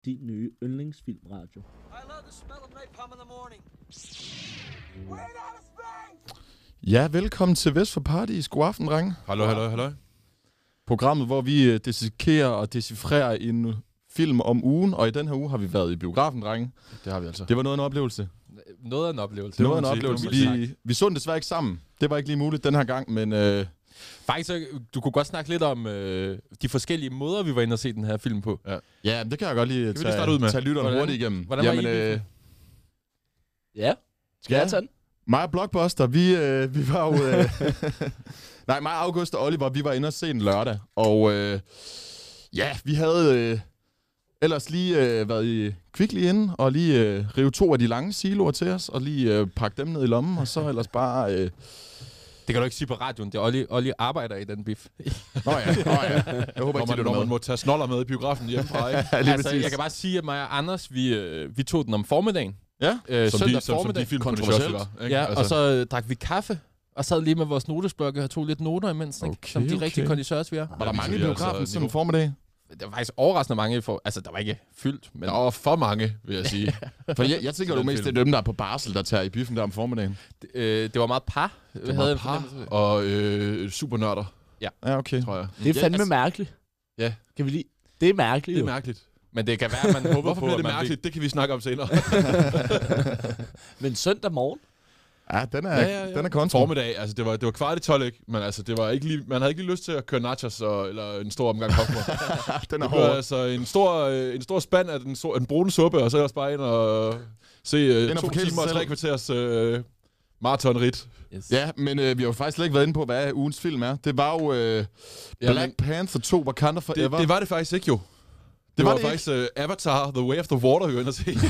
din nye yndlingsfilmradio. I love the smell of napalm in the morning. Ja, velkommen til Vest for Paradis. God aften, drenge. Hallo. Programmet, hvor vi dissekerer og decifrerer en film om ugen, og i den her uge har vi været i biografen, drenge. Det har vi altså. Det var noget af en oplevelse. Noget af en oplevelse. Noget af en oplevelse. Vi så den desværre ikke sammen. Det var ikke lige muligt den her gang, men... Faktisk, du kunne godt snakke lidt om de forskellige måder, vi var inde og se den her film på. Ja, det kan jeg godt lige tage lytterne hurtigt igennem. Hvordan var I? Ja, skal jeg tage den? Mig og Blockbuster, vi var jo... Nej, mig, August og Oliver, vi var inde og se den lørdag. Og ja, vi havde ellers lige været i Kvickly inde, og lige rive 2 af de lange siloer til os, og lige pakke dem ned i lommen, og så ellers bare... Det kan du ikke sige på radioen. Det er Olli arbejder i den bif. Nå ja. Jeg håber ikke, når man må tage snoller med i biografen hjemmefra, ikke? Altså, jeg kan bare sige, at mig og Anders, vi tog den om formiddagen. Ja, søndag formiddag. Film kontroversielt. Ja, altså. Og så drak vi kaffe, og sad lige med vores notesblokke og tog lidt noter imens, ikke? Som de rigtige kondiseurs, vi er. Var der mange i biografen sådan en formiddag? Det var faktisk overraskende mange. Altså, der var ikke fyldt, men... Der var for mange, vil jeg sige. For jeg tænker du mest, det er dem, der er på barsel, der tager i biffen der om formiddagen. Det var meget par. Det var par og supernørder. Ja, okay. Tror jeg. Det er fandme mærkeligt. Ja. Kan vi lige... Det er mærkeligt. Det er mærkeligt. Men det kan være, at man håber Hvorfor på, bliver det at mærkeligt? Det kan vi snakke om senere. Men søndag morgen? Ja, den er kontro. Formiddag, altså det var 11:15, ikke? Men altså det var ikke lige, man havde ikke lige lyst til at køre nachos eller en stor omgang popcorn. Den er hård. Altså en stor spand af den brune suppe, og så ellers bare ind og se 2 timer og 3 kvarters maratonrit. Yes. Ja, men vi har jo faktisk slet ikke været inde på, hvad ugens film er. Det var jo Black Panther 2, Wakanda Forever. Det var det faktisk ikke jo. Det var faktisk Avatar, The Way of the Water, vi var inde at se.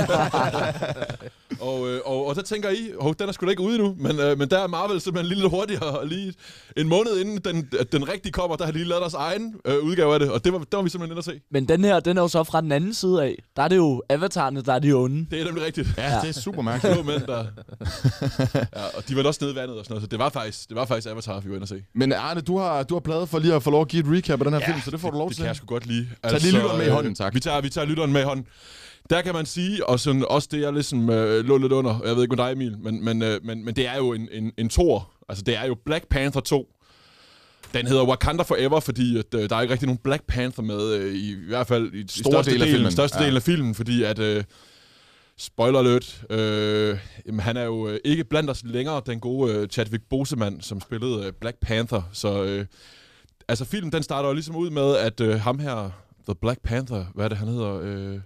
og der tænker I, den er sgu da ikke ude endnu, men der er Marvel simpelthen lige lidt hurtigere. Lige en måned inden den rigtige kommer, der har lige lavet deres egen udgave af det, og det var vi simpelthen inde at se. Men den er jo så fra den anden side af. Der er det jo Avatarerne, der er de onde. Det er nemlig rigtigt. Ja, det er super mærkeligt. Mænd, der... ja, og de var også nede i vandet og sådan noget, så det var faktisk Avatar, vi var inde at se. Men Arne, du har pladet for lige at få lov at give et recap af den her film, så det får du lov til. Det kan jeg sgu godt lide. Tag lige lytteren med i hånden, tak. Vi tager lytteren med i hånden. Der kan man sige, og sådan, også det, jeg ligesom lå lidt under, jeg ved ikke med dig, Emil, men det er jo en toer. Altså, det er jo Black Panther 2. Den hedder Wakanda Forever, fordi at, der er ikke rigtig nogen Black Panther med, i hvert fald i største del af filmen, fordi at... spoiler alert. Jamen, han er jo ikke blandt os længere, den gode Chadwick Boseman, som spillede Black Panther. Så altså, filmen den starter jo ligesom ud med, at ham her, The Black Panther, hvad er det, han hedder?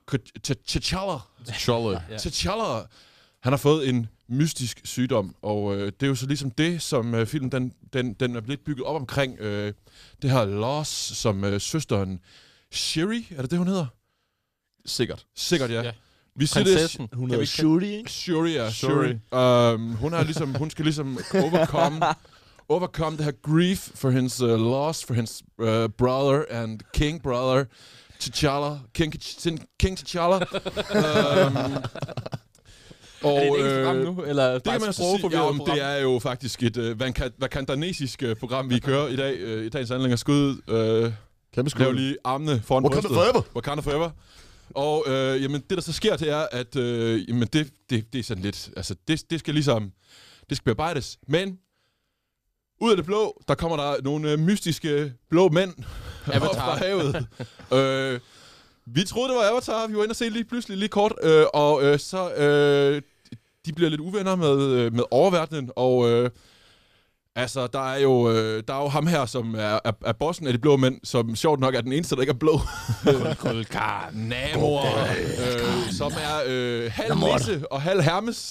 T'Challa. Han har fået en mystisk sygdom, og det er jo så ligesom det, som filmen den er blevet bygget op omkring. Det her loss, som søsteren Shuri, er det hun hedder? Sikkert, ja. Vi prinsessen. Hun hedder Shuri, ikke? Shuri. Hun skal ligesom overcome det her grief for hendes loss, for hendes brother and king brother, T'Challa. King T'Challa. Og, er det et program nu? Eller det kan man sige. Det er jo faktisk et vakandanesisk program, vi kører i dag. I dagens handling er skud. Lav lige armene foran brystet. Wakanda Forever. Og jamen, det der så sker, det er, at jamen, det er sådan lidt... Altså, det skal ligesom... Det skal bearbejdes. Men ud af det blå, der kommer der nogle mystiske blå mænd op fra havet. Vi troede, det var Avatar. Vi var inde og se lige kort. Så de bliver lidt uvenner med oververdenen. Og altså, der er jo ham her, som er bossen af de blå mænd, som sjovt nok er den eneste, der ikke er blå. Kulkar, Namor. Som er halv nisse og halv Hermes.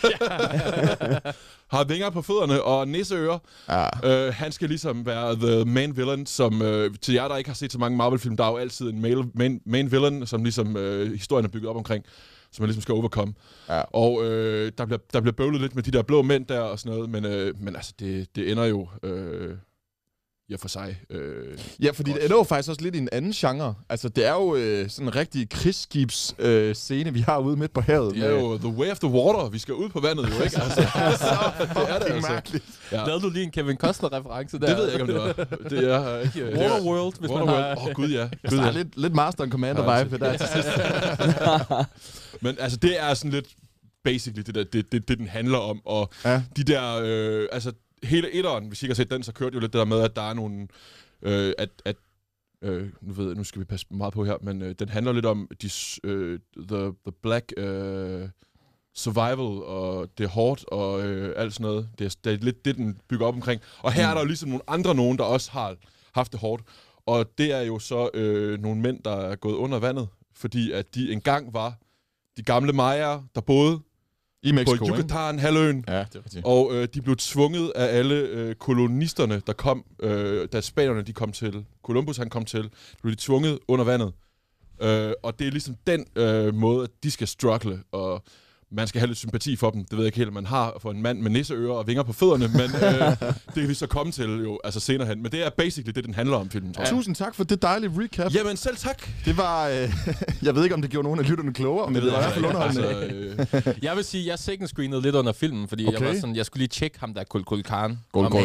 Har vinger på fødderne og nisseører. Ja. Han skal ligesom være the main villain, som til jer, der ikke har set så mange Marvel-film, der er jo altid en main villain, som ligesom historien er bygget op omkring, som man ligesom skal overkomme. Ja. Og der bliver bøvlet lidt med de der blå mænd der og sådan noget, men altså, det ender jo i og for sig. Ja, fordi det er jo faktisk også lidt i en anden genre. Altså, det er jo sådan en rigtig krigsskibs-scene, vi har ude midt på havet. Det er jo The Way of the Water. Vi skal ud på vandet jo, ikke? Altså, det er det altså. Mærkeligt. Ja. Lavede du lige en Kevin Costner-reference der? Det ved jeg ikke, om det var. Det er ikke... Waterworld, hvis man har... Gud, ja. Der er lidt Master and Commander-vibe der til sidst. Men altså, det er sådan lidt basically det den handler om. Og de der... altså, hele etteren, hvis I ikke har set den, så kørte jo lidt det der med, at der er nogle... nu skal vi passe meget på her, men den handler lidt om the black survival, og det er hårdt, og alt sådan noget. Det er lidt det, den bygger op omkring. Og her er der jo ligesom nogen, der også har haft det hårdt. Og det er jo så nogle mænd, der er gået under vandet, fordi at de engang var de gamle mayaer, der boede i Mexico, på Yucatan-halvøen. Ja, det er rigtigt. Og de blev tvunget af alle kolonisterne, der kom, da spanierne de kom til, Columbus han kom til, blev de tvunget under vandet. Og det er ligesom den måde, at de skal struggle, og man skal have lidt sympati for dem. Det ved jeg ikke helt, man har for en mand med nisseører og vinger på fødderne, men det kan vi så komme til jo, altså senere hen. Men det er basically det, den handler om, filmen. Ja. Tusind tak for det dejlige recap. Jamen, selv tak. Det var, jeg ved ikke, om det gjorde nogen af lytterne klogere, men det var i hvert fald underholdende. Jeg vil sige, jeg second screenede lidt under filmen, fordi jeg var sådan, jeg skulle lige tjekke ham der Kulkulkan.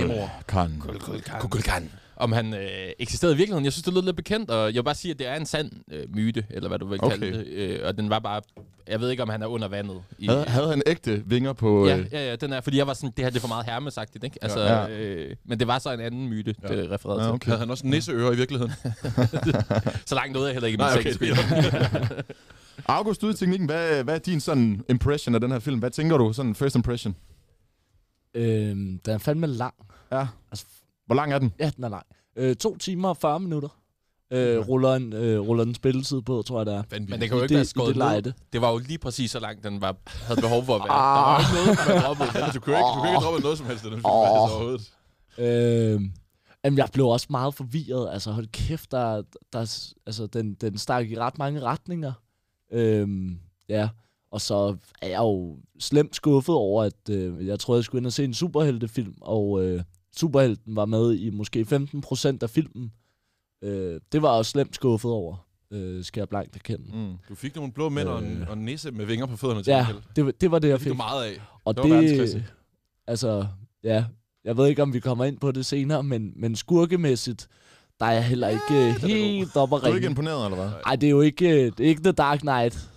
Kulkulkan. Om han eksisterede i virkeligheden. Jeg synes, det lød lidt bekendt, og jeg vil bare sige, at det er en sand myte, eller hvad du vil kalde det. Og den var bare... Jeg ved ikke, om han er under vandet. Havde han ægte vinger på... Ja, den er... Fordi jeg var sådan, det her det er for meget hermesagtigt, ikke? Altså, men det var så en anden myte, det refererede til. Okay. Havde han også nisseører i virkeligheden? Så langt nåede jeg heller ikke i min second. August, ude i teknikken, hvad er din sådan impression af den her film? Hvad tænker du, sådan first impression? Den er fandme lang. Ja. Altså, hvor lang er den? Ja, den er lang. 2 timer og 40 minutter. Ruller den spilletid på, tror jeg, det er. Men det kan jo ikke være skåret ned. Det var jo lige præcis så langt, den havde behov for at være. Der var ikke noget, man droppede. Du kan ikke droppe noget som helst i den film, overhovedet. Jamen, jeg blev også meget forvirret. Altså, hold kæft, den stak i ret mange retninger. Ja, og så er jeg jo slemt skuffet over, at jeg troede, jeg skulle ind og se en superheltefilm, og superhelten var med i måske 15% af filmen. Det var også slemt skuffet over, skal jeg blankt erkende. Du fik nogle blå mænd og en nisse med vinger på fødderne til. Ja, det var det, jeg fik. Det meget af. Og det altså, ja, jeg ved ikke, om vi kommer ind på det senere, men skurkemæssigt, der er jeg heller ikke helt oppe at ringe. Du er ikke imponeret, eller hvad? Nej, det er jo ikke The Dark Knight.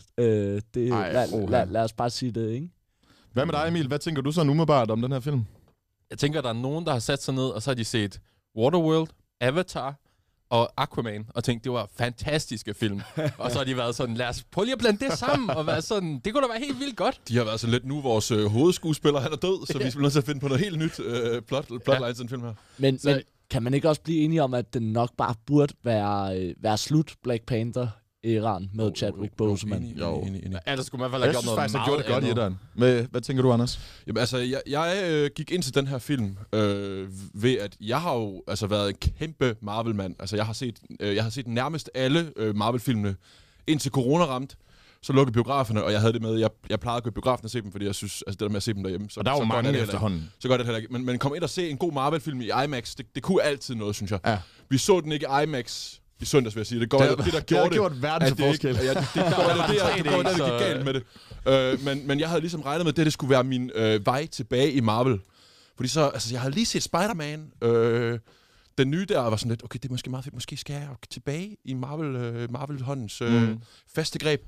Lad os bare sige det, ikke? Hvad med dig, Emil? Hvad tænker du sådan umiddelbart om den her film? Jeg tænker, der er nogen, der har sat sig ned, og så har de set Waterworld, Avatar og Aquaman, og tænkt, det var fantastiske film. Og så har de været sådan, lad os prøve lige at blande det sammen, og være sådan, det kunne da være helt vildt godt. De har været sådan lidt, nu vores hovedskuespiller, han er død, så vi skal nødt til at finde på noget helt nyt plotlines i den film her. Men kan man ikke også blive enige om, at den nok bare burde være slut Black Panther-æraen med Chadwick Boseman? Jo. Ja, der skulle man i hvert fald have gjort noget meget. Jeg synes faktisk, han gjorde det godt i den. Hvad tænker du, Anders? Jamen, altså, jeg gik ind til den her film ved, at jeg har jo været en kæmpe Marvel-mand. Altså, jeg har set nærmest alle Marvel-filmene indtil corona ramte. Så lukkede biograferne, og jeg havde det med, jeg plejede at gå i biografen og se dem, fordi jeg synes, altså det der med at se dem derhjemme. Og der var mange efterhånden. Så godt det heller ikke. Men kom ind og se en god Marvel-film i IMAX, det kunne altid noget, synes jeg. Ja. Vi så den ikke i IMAX i søndags, vil jeg sige. Det har gjort verdens forskel. Det går det gik galt med det. Men jeg havde ligesom regnet med, at det skulle være min vej tilbage i Marvel. Fordi så, altså jeg havde lige set Spider-Man. Den nye der var sådan lidt, okay, det er måske meget fedt. Måske skal jeg tilbage i Marvel-håndens faste greb.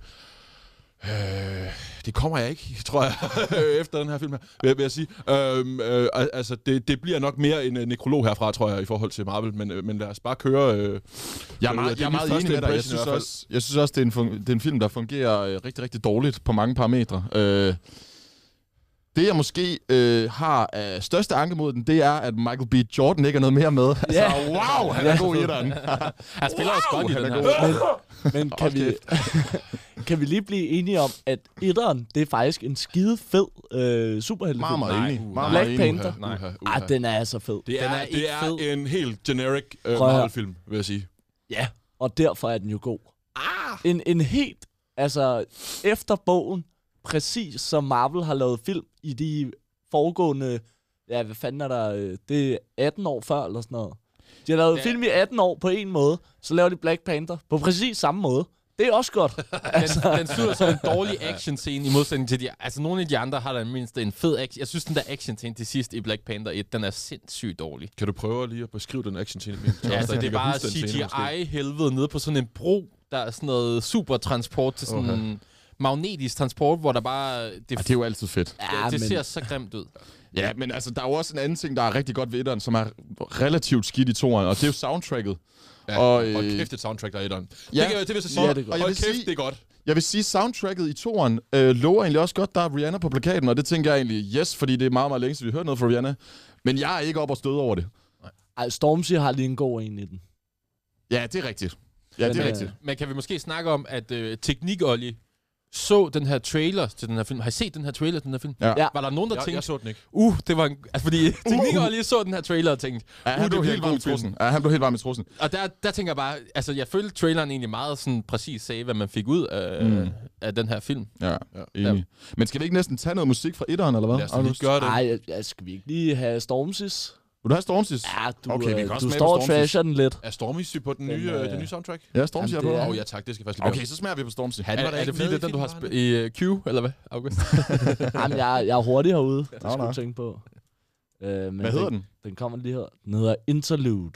Det kommer jeg ikke, tror jeg, efter den her film her, vil jeg sige. Altså, det bliver nok mere en nekrolog herfra, tror jeg, i forhold til Marvel, men lad os bare køre... Jeg er meget enig med dig. Jeg synes også, det er en film, der fungerer rigtig, rigtig dårligt på mange parametre. Det, jeg måske har af største anke mod den, det er, at Michael B. Jordan ikke er noget mere med. Altså, wow, han er god i den. Han spiller også godt i den her. Men kan vi lige blive enige om, at etteren, det er faktisk en skide fed superheltefilm? Meget enig. Black Panther. Den er så fed. Det er en helt generic Marvel-film, vil jeg sige. Ja, og derfor er den jo god. En helt, altså efter bogen, præcis som Marvel har lavet film i de foregående, ja, hvad fanden er der, det er 18 år før eller sådan noget. De har lavet film i 18 år på en måde, så laver de Black Panther på præcis samme måde. Det er også godt. Den slutter som en dårlig action-scene i modsætning til altså nogle af de andre har der mindst en fed action. Jeg synes, den der action-scene til sidst i Black Panther 1, den er sindssygt dårlig. Kan du prøve lige at beskrive den action-scene? Altså, det er bare CGI-helvede nede på sådan en bro, der er sådan noget supertransport til sådan en magnetisk transport, hvor der bare... Det er jo altid fedt. Ja, det ser så grimt ud. Ja, men altså, der er jo også en anden ting, der er rigtig godt ved etteren, som er relativt skidt i toeren, og det er jo soundtracket. Ja, og kæft et soundtrack, der er etteren. Ja, det vil jeg så sige. Og jeg vil kæft, sige, det er godt. Jeg vil sige, soundtracket i toeren lover egentlig også godt, der er Rihanna på plakaten, og det tænker jeg egentlig, yes, fordi det er meget, meget længe, så vi har hørt noget fra Rihanna. Men jeg er ikke op og støde over det. Ej, Stormzy har lige en god en i den. Ja, det er rigtigt. Ja, det er rigtigt. Men kan vi måske snakke om, at Teknik-Olli så den her trailer til den her film? Har I set den her trailer til den her film? Ja. Var der nogen, der tænkte... Jeg så den ikke. Det var en... Altså, fordi Teknik-Olli så den her trailer og tænkte... Han blev helt varm i trussen. Ja, han blev helt varm i trussen. Og der tænker jeg bare... Altså, jeg følte traileren egentlig meget sådan præcis sagde, hvad man fik ud af den her film. Ja, enig. Ja. Men skal vi ikke næsten tage noget musik fra etteren, eller hvad? Lad os lige gøre det. Nej, skal vi ikke lige have Stormzy's? Vil du have Stormzy's? Ja, du står og trasher den lidt. Er Stormzy på den nye soundtrack? Ja, Stormzy er på. Ja tak, det skal faktisk lige Okay, så smager vi på Stormzy. Er det fordi, det er den, du har i Q, eller hvad, August? Jamen, jeg er hurtig herude. Det skal du tænke på. Hvad hedder den? Den kommer lige her. Den hedder Interlude.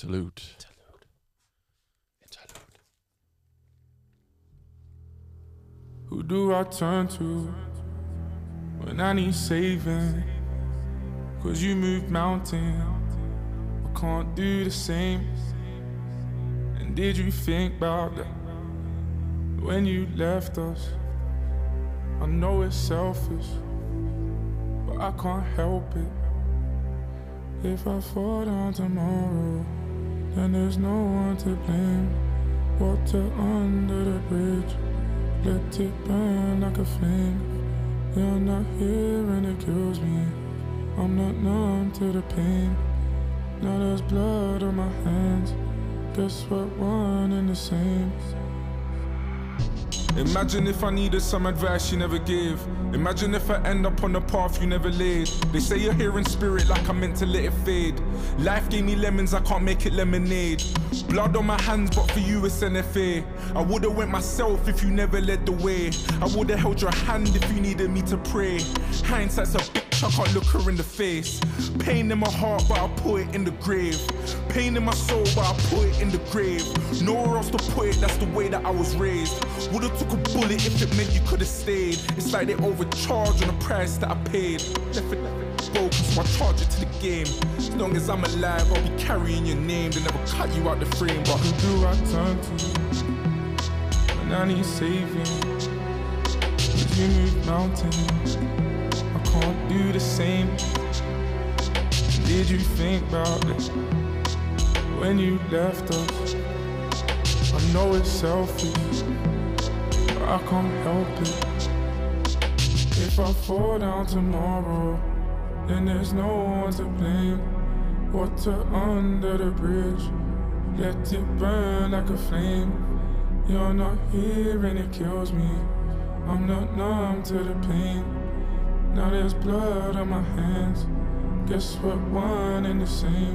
Who do I turn to when I need saving? 'Cause you moved mountains, I can't do the same. And did you think about that when you left us? I know it's selfish, but I can't help it. If I fall down tomorrow, then there's no one to blame. Water under the bridge, let it burn like a flame. You're not here and it kills me. I'm not numb to the pain. Now there's blood on my hands. Guess what, one and the same. Imagine if I needed some advice you never gave. Imagine if I end up on the path you never laid. They say you're here in spirit like I'm meant to let it fade. Life gave me lemons, I can't make it lemonade. Blood on my hands, but for you it's NFA. I would've went myself if you never led the way. I would've held your hand if you needed me to pray. Hindsight's a bitch, I can't look her in the face. Pain in my heart, but I put it in the grave. Pain in my soul, but I put it in the grave. Nowhere else to put it, that's the way that I was raised. Would've took a bullet if it meant you could've stayed. It's like they overcharged on the price that I paid. Left it broken, so I charge it to the game. As long as I'm alive, I'll be carrying your name. They never cut you out the frame. But who do I turn to when I need saving? 'Cause you moved mountains, I can't do the same. Did you think about it when you left us? I know it's selfish, but I can't help it. If I fall down tomorrow, then there's no one to blame. Water under the bridge, let it burn like a flame. You're not here and it kills me. I'm not numb to the pain. Now there's blood on my hands. Guess what, one and the same.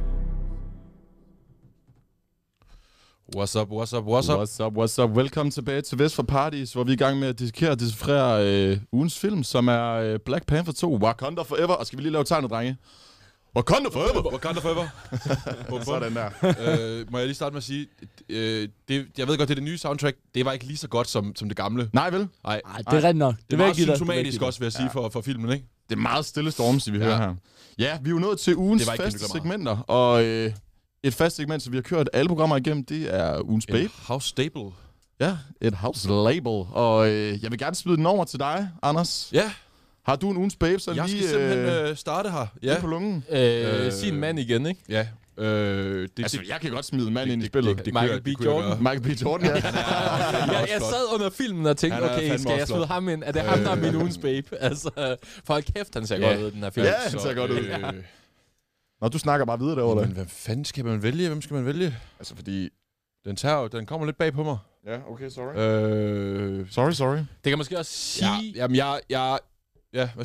What's up, what's up, what's up? What's up, what's up? Velkommen tilbage til Vest for Parties, hvor vi er i gang med at dissekere og decifrere ugens film, som er Black Panther 2, Wakanda Forever. Og skal vi lige lave tegnet, drenge? Wakanda Forever! Wakanda Forever. Sådan der. Må jeg lige starte med at sige, jeg ved godt, det er det nye soundtrack. Det var ikke lige så godt som det gamle. Nej, vel? Nej, det er rigtigt nok. Det er meget symptomatisk også, vil jeg sige, for filmen, ikke? Det er meget stille Stormzy, vi hører her. Ja, vi er jo nået til ugens faste segmenter, og et fast segment, som vi har kørt alle programmer igennem, det er ugens babe. House staple. Ja, et house label. Og jeg vil gerne smide den over til dig, Anders. Ja. Har du en ugens babe, så jeg lige... Jeg skal simpelthen starte her. Ja. På lungen. Sig en mand igen, ikke? Ja. Jeg kan godt smide en mand ind i spillet. Michael B. Jordan. Michael B. Jordan, ja. Jeg sad under filmen og tænkte, okay, skal jeg smide ham ind? Er det ham, der er min ugens babe? Altså, for kæft, han ser godt ud, den her film. Ja, han ser godt ud. Nå, du snakker bare videre derovre. Men hvad fanden skal man vælge? Hvem skal man vælge? Altså, fordi... Den kommer lidt bag på mig. Ja, okay, sorry. Sorry. Det kan måske også sige... Jamen, ja, hvad siger du?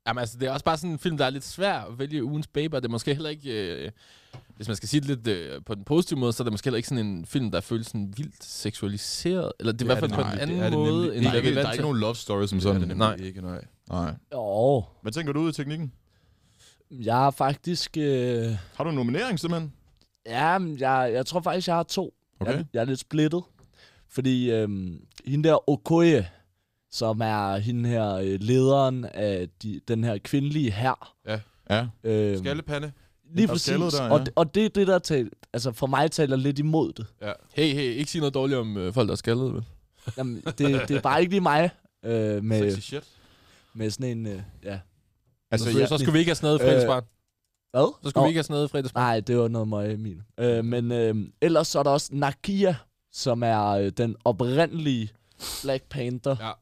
Jamen altså, det er også bare sådan en film, der er lidt svær at vælge ugens baby. Det er måske heller ikke... hvis man skal sige det lidt på den positive måde, så er det måske heller ikke sådan en film, der føles sådan vildt seksualiseret. Eller det er i hvert fald på en anden måde, end der er ikke nogen love story som sådan. Nej. Ikke, nej. Jo. Hvad tænker du ud i teknikken? Jeg er faktisk... Har du en nominering simpelthen? Ja, jeg tror faktisk, jeg har 2. Okay. Jeg er lidt splittet. Fordi hende der Okoye, som er hende her lederen af den her kvindelige hær. Ja. Skallepande. Lige præcis. Der, ja. Og det er det, der altså for mig taler lidt imod det. Ja. Hey, ikke sige noget dårligt om folk, der er skaldet, vel? Jamen, det er bare ikke lige mig. Sexy shit. Med sådan en... ja. Altså, så skulle vi ikke have sådan noget fredagsbarn. Hvad? Så skulle vi ikke have sådan noget fredagsbarn. Nej, det var noget møg, Emil. Men ellers så er der også Nakia, som er den oprindelige Black Panther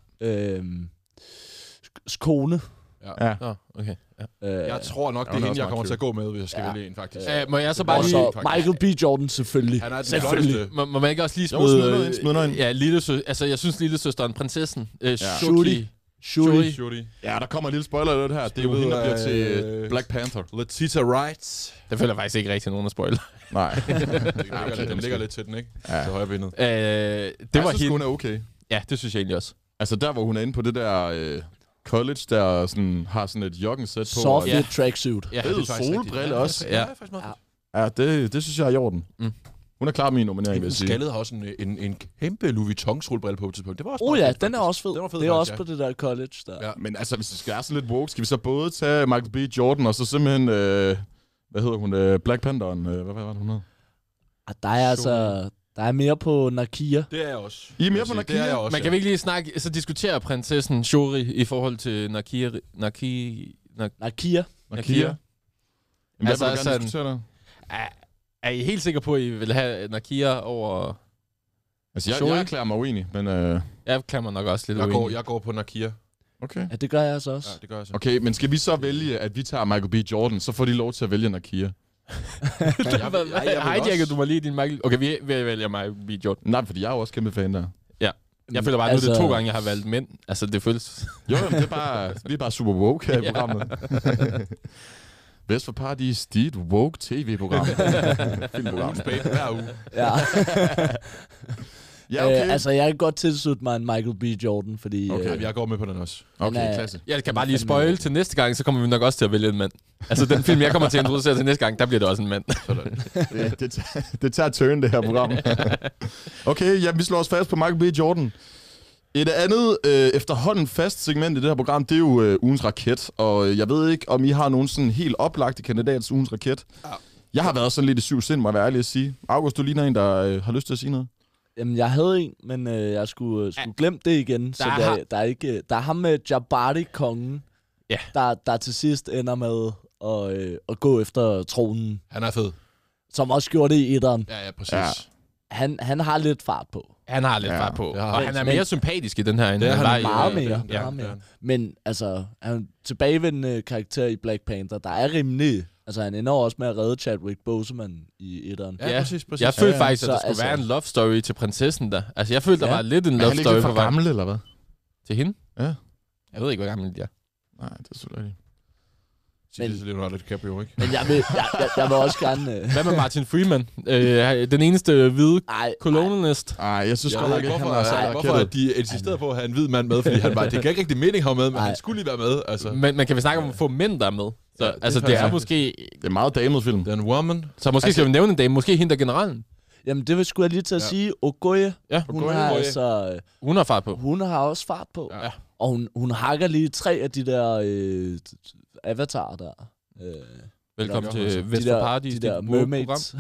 kone. Ja. Nå, okay. Ja. Jeg tror nok, det er hende, jeg kommer til at gå med, hvis jeg skal vælge en, faktisk. Må jeg så bare og lige... så Michael B. Jordan, selvfølgelig. Han er den flotteste. Må man ikke også lige smide smide... Ja, altså jeg synes lillesøsteren, prinsessen, Shuri. Ja, der kommer en lille spoiler lidt her. Det er jo hende, der bliver til Black Panther. Letitia Wright. Det føler faktisk ikke rigtig nogen at spoil. Nej. Den ligger lidt til den, ikke? Ja. Så højrebenet. Det var hende. Hun er okay. Ja, det synes jeg egentlig også. Altså der, hvor hun er inde på det der college, der sådan, har sådan et jogging-sæt på. Soft tracksuit. Ja, det er solbrille også. Ja, faktisk meget Ja, det synes jeg er i orden. Hun er klar med min nominering, vil jeg sige. Skallet har også en kæmpe Louis Vuitton solbrille på et tidspunkt. Det var også ja, den er også fed. Det er også på det der college der. Ja. Men altså, hvis det skal være sådan lidt woke, skal vi så både tage Michael B. Jordan, og så simpelthen, hvad hedder hun, Black Pantheren, hvad var det, hun hed? Der er altså, der er mere på Nakia. Det er jeg også. I er mere på Nakia? Det er jeg også, Man kan vi ikke lige diskutere prinsessen Shuri i forhold til Nakia. Hvad altså, vil du gerne diskutere der? Er I helt sikre på, at I vil have Nakia over... Altså, jeg erklærer mig uenig, men... Jeg erklærer mig nok også lidt uenig. Jeg går på Nakia. Okay. Ja, det gør jeg altså også. Ja, det gør jeg så. Okay, men skal vi så vælge, at vi tager Michael B. Jordan, så får de lov til at vælge Nakia? Hej, du må lige din Michael... Okay, vi vælger Michael B. Jordan. Nej, fordi jeg er jo også kæmpe fan der. Ja. Jeg føler bare, at nu det er 2 gange, jeg har valgt mænd. Altså, det føles... Jo, det er bare... Vi er bare super woke her i programmet. Vest for Paradis, dit woke tv-program. Filmprogram. Hver uge. Ja. Ja, okay. Altså, jeg kan godt tilslutte mig en Michael B. Jordan, fordi... Okay, jeg går med på den også. Okay, klasse. Jeg kan bare lige spoil til næste gang, så kommer vi nok også til at vælge en mand. Altså, den film, jeg kommer til at introducere til næste gang, der bliver det også en mand. det tager turn, det her program. Okay, ja, vi slår os fast på Michael B. Jordan. Et andet efterhånden fast segment i det her program, det er jo ugens raket. Og jeg ved ikke, om I har nogen sådan helt oplagte kandidat til ugens raket. Ja. Jeg har været sådan lidt i syv sind, må jeg være ærlig at sige. August, du ligner en, der har lyst til at sige noget. Jamen, jeg havde en, men jeg skulle glemme det igen. Så der er ham med Jabari-kongen, der til sidst ender med at gå efter tronen. Han er fed. Som også gjorde det i etteren. Ja, præcis. Ja. Han har lidt fart på. Han har lidt fart på. Og han er mere sympatisk i den her, end han var meget mere. Meget mere. Men altså, han er tilbagevendende karakter i Black Panther, der er rimelig... Altså, han ender også med at redde Chadwick Boseman i etteren. Ja, præcis. Jeg følte faktisk, at der skulle være en love story til prinsessen der. Altså, jeg følte, der var lidt en love story for... Er han ikke for gammel, eller hvad? Til hende? Ja. Jeg ved ikke, hvor gammel de er. Nej, det er selvfølgelig ikke. Men, det er Leonardo DiCaprio, ikke? Men jeg vil også gerne... Hvad med Martin Freeman? Den eneste hvide colonialist. Nej, jeg synes godt nok ikke, han var så hvorfor de insisterede på at have en hvid mand med, fordi han var... Det gav ikke rigtig mening at med, men han skulle lige være med. Altså. Men kan vi snakke om at få mænd, der er med? Så, ja, altså, det er måske... Det er meget damet film. Den woman. Så måske skal vi nævne en dame. Måske hende, der generalen. Jamen, det skulle jeg lige til at sige. Okoye. Ja, hun har altså... Hun har fart på. Hun har også fart på. Ja. Og hun hakker lige 3 af de der avatarer der. Velkommen til Vest for Paradis. De der mermaids.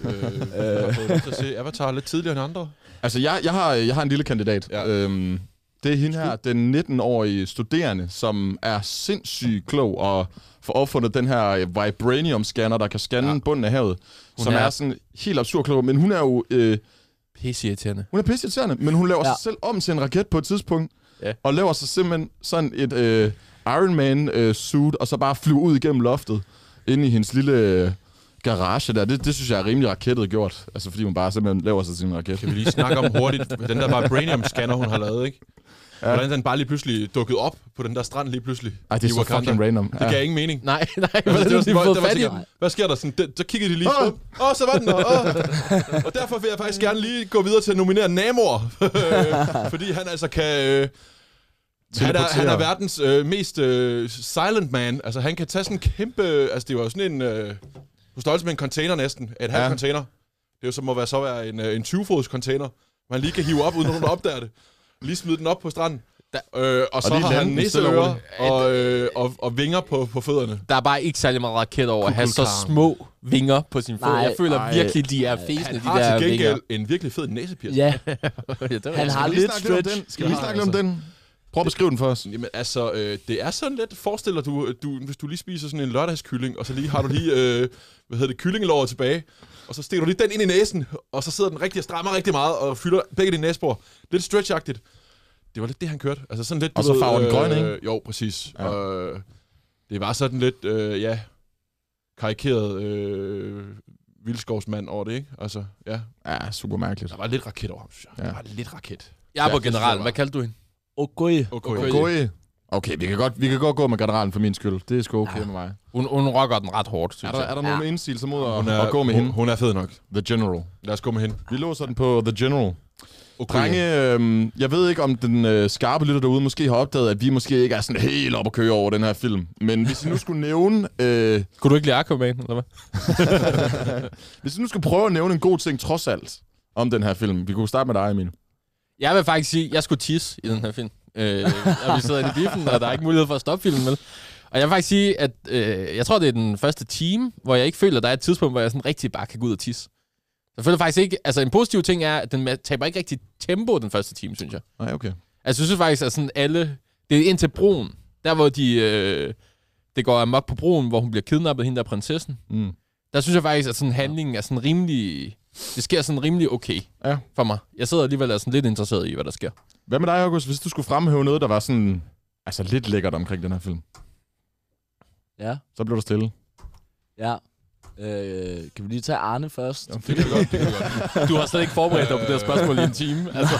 Jeg har fået lov til at se Avatar lidt tidligere end andre. Altså, jeg har en lille kandidat. Ja. Det er hende her, den 19-årige studerende, som er sindssygt klog og får opfundet den her vibranium-scanner, der kan scanne bunden af havet. Som er sådan helt absurd klog, men hun er jo... pisseirriterende. Hun er pisseirriterende, men hun laver sig selv om til en raket på et tidspunkt. Ja. Og laver sig simpelthen sådan et Iron Man-suit, og så bare flyver ud igennem loftet, inde i hendes lille garage der. Det synes jeg er rimelig rakettet gjort. Altså fordi hun bare simpelthen laver sig til en raket. Kan vi lige snakke om hurtigt, den der vibranium-scanner, hun har lavet, ikke? Hvordan den bare lige pludselig dukkede op på den der strand lige pludselig. Ej, det er så fucking random. Det gav ingen mening. Nej. Hvad sker der? Så kiggede de lige på. Så var den der. Og derfor vil jeg faktisk gerne lige gå videre til at nominere Namor. Fordi han altså kan... Han er verdens mest silent man. Altså, han kan tage sådan en kæmpe... Altså, det var jo sådan en... på størrelse med en container næsten. Et halvt container. Det er jo som må være en 20-fods container. Man lige kan hive op, uden at nogen opdager det. Lige smide den op på stranden. Og så har han næseører og vinger på fødderne. Der er bare ikke særlig meget raket over at have så små vinger på sin fødder. Jeg føler virkelig, de er fæsende, de der vinger. Han har til gengæld en virkelig fed næsepiercing. Ja. Han har lidt stretch. Skal vi snakke om den? Prøv at beskrive den for os. Jamen altså, det er sådan lidt, forestiller du, hvis du lige spiser sådan en lørdagskylling, og så lige har du lige, kyllingelåret tilbage, og så stikker du lige den ind i næsen, og så sidder den rigtig og strammer rigtig meget, og fylder begge dine næsebor. Lidt stretchagtigt. Det var lidt det, han kørte. Altså sådan lidt, og så farver den grøn, ikke? Jo, præcis. Ja. Det var sådan lidt, karikeret vildskovsmand over det, ikke? Altså, ja. Ja, super mærkeligt. Der var lidt raket over ham, synes jeg. Der var lidt raket. Jeg er på generalen. Hvad kaldte du hende? Okoye. Okay, vi kan godt gå med generalen for min skyld. Det er sgu okay med mig. Hun rocker den ret hårdt, synes jeg. Er der nogen indsigelse mod at gå med hende? Hun er fed nok. The General. Lad os gå med hende. Vi låser den på The General. Drenge, jeg ved ikke, om den skarpe lytter derude måske har opdaget, at vi måske ikke er sådan helt op at køre over den her film. Men hvis I nu skulle nævne... Kunne du ikke lide Aquaman, eller hvad? Hvis I nu skulle prøve at nævne en god ting trods alt om den her film. Vi kunne starte med dig, Emil. Jeg vil faktisk sige, at jeg skulle tisse i den her film. Og vi sidder i biffen, og der er ikke mulighed for at stoppe filmen med. Og jeg vil faktisk sige, at jeg tror, det er den første time, hvor jeg ikke føler, at der er et tidspunkt, hvor jeg sådan rigtig bare kan gå ud og tisse. Jeg føler faktisk ikke... Altså, en positiv ting er, at den taber ikke rigtig tempo den første time, synes jeg. Nej, okay. Altså, jeg synes faktisk, at sådan alle... Det er ind til broen. Der, hvor det går amok på broen, hvor hun bliver kidnappet, hende der prinsessen. Mm. Der synes jeg faktisk, at sådan handlingen er sådan rimelig... Det sker sådan rimelig okay for mig. Jeg sidder alligevel sådan lidt interesseret i, hvad der sker. Hvad med dig, August? Hvis du skulle fremhæve noget, der var sådan... Altså, lidt lækkert omkring den her film. Ja. Så blev der stille. Ja. Kan vi lige tage Arne først? Jamen, det kan vi godt. Du har slet ikke forberedt dig på det spørgsmål i en time. Altså.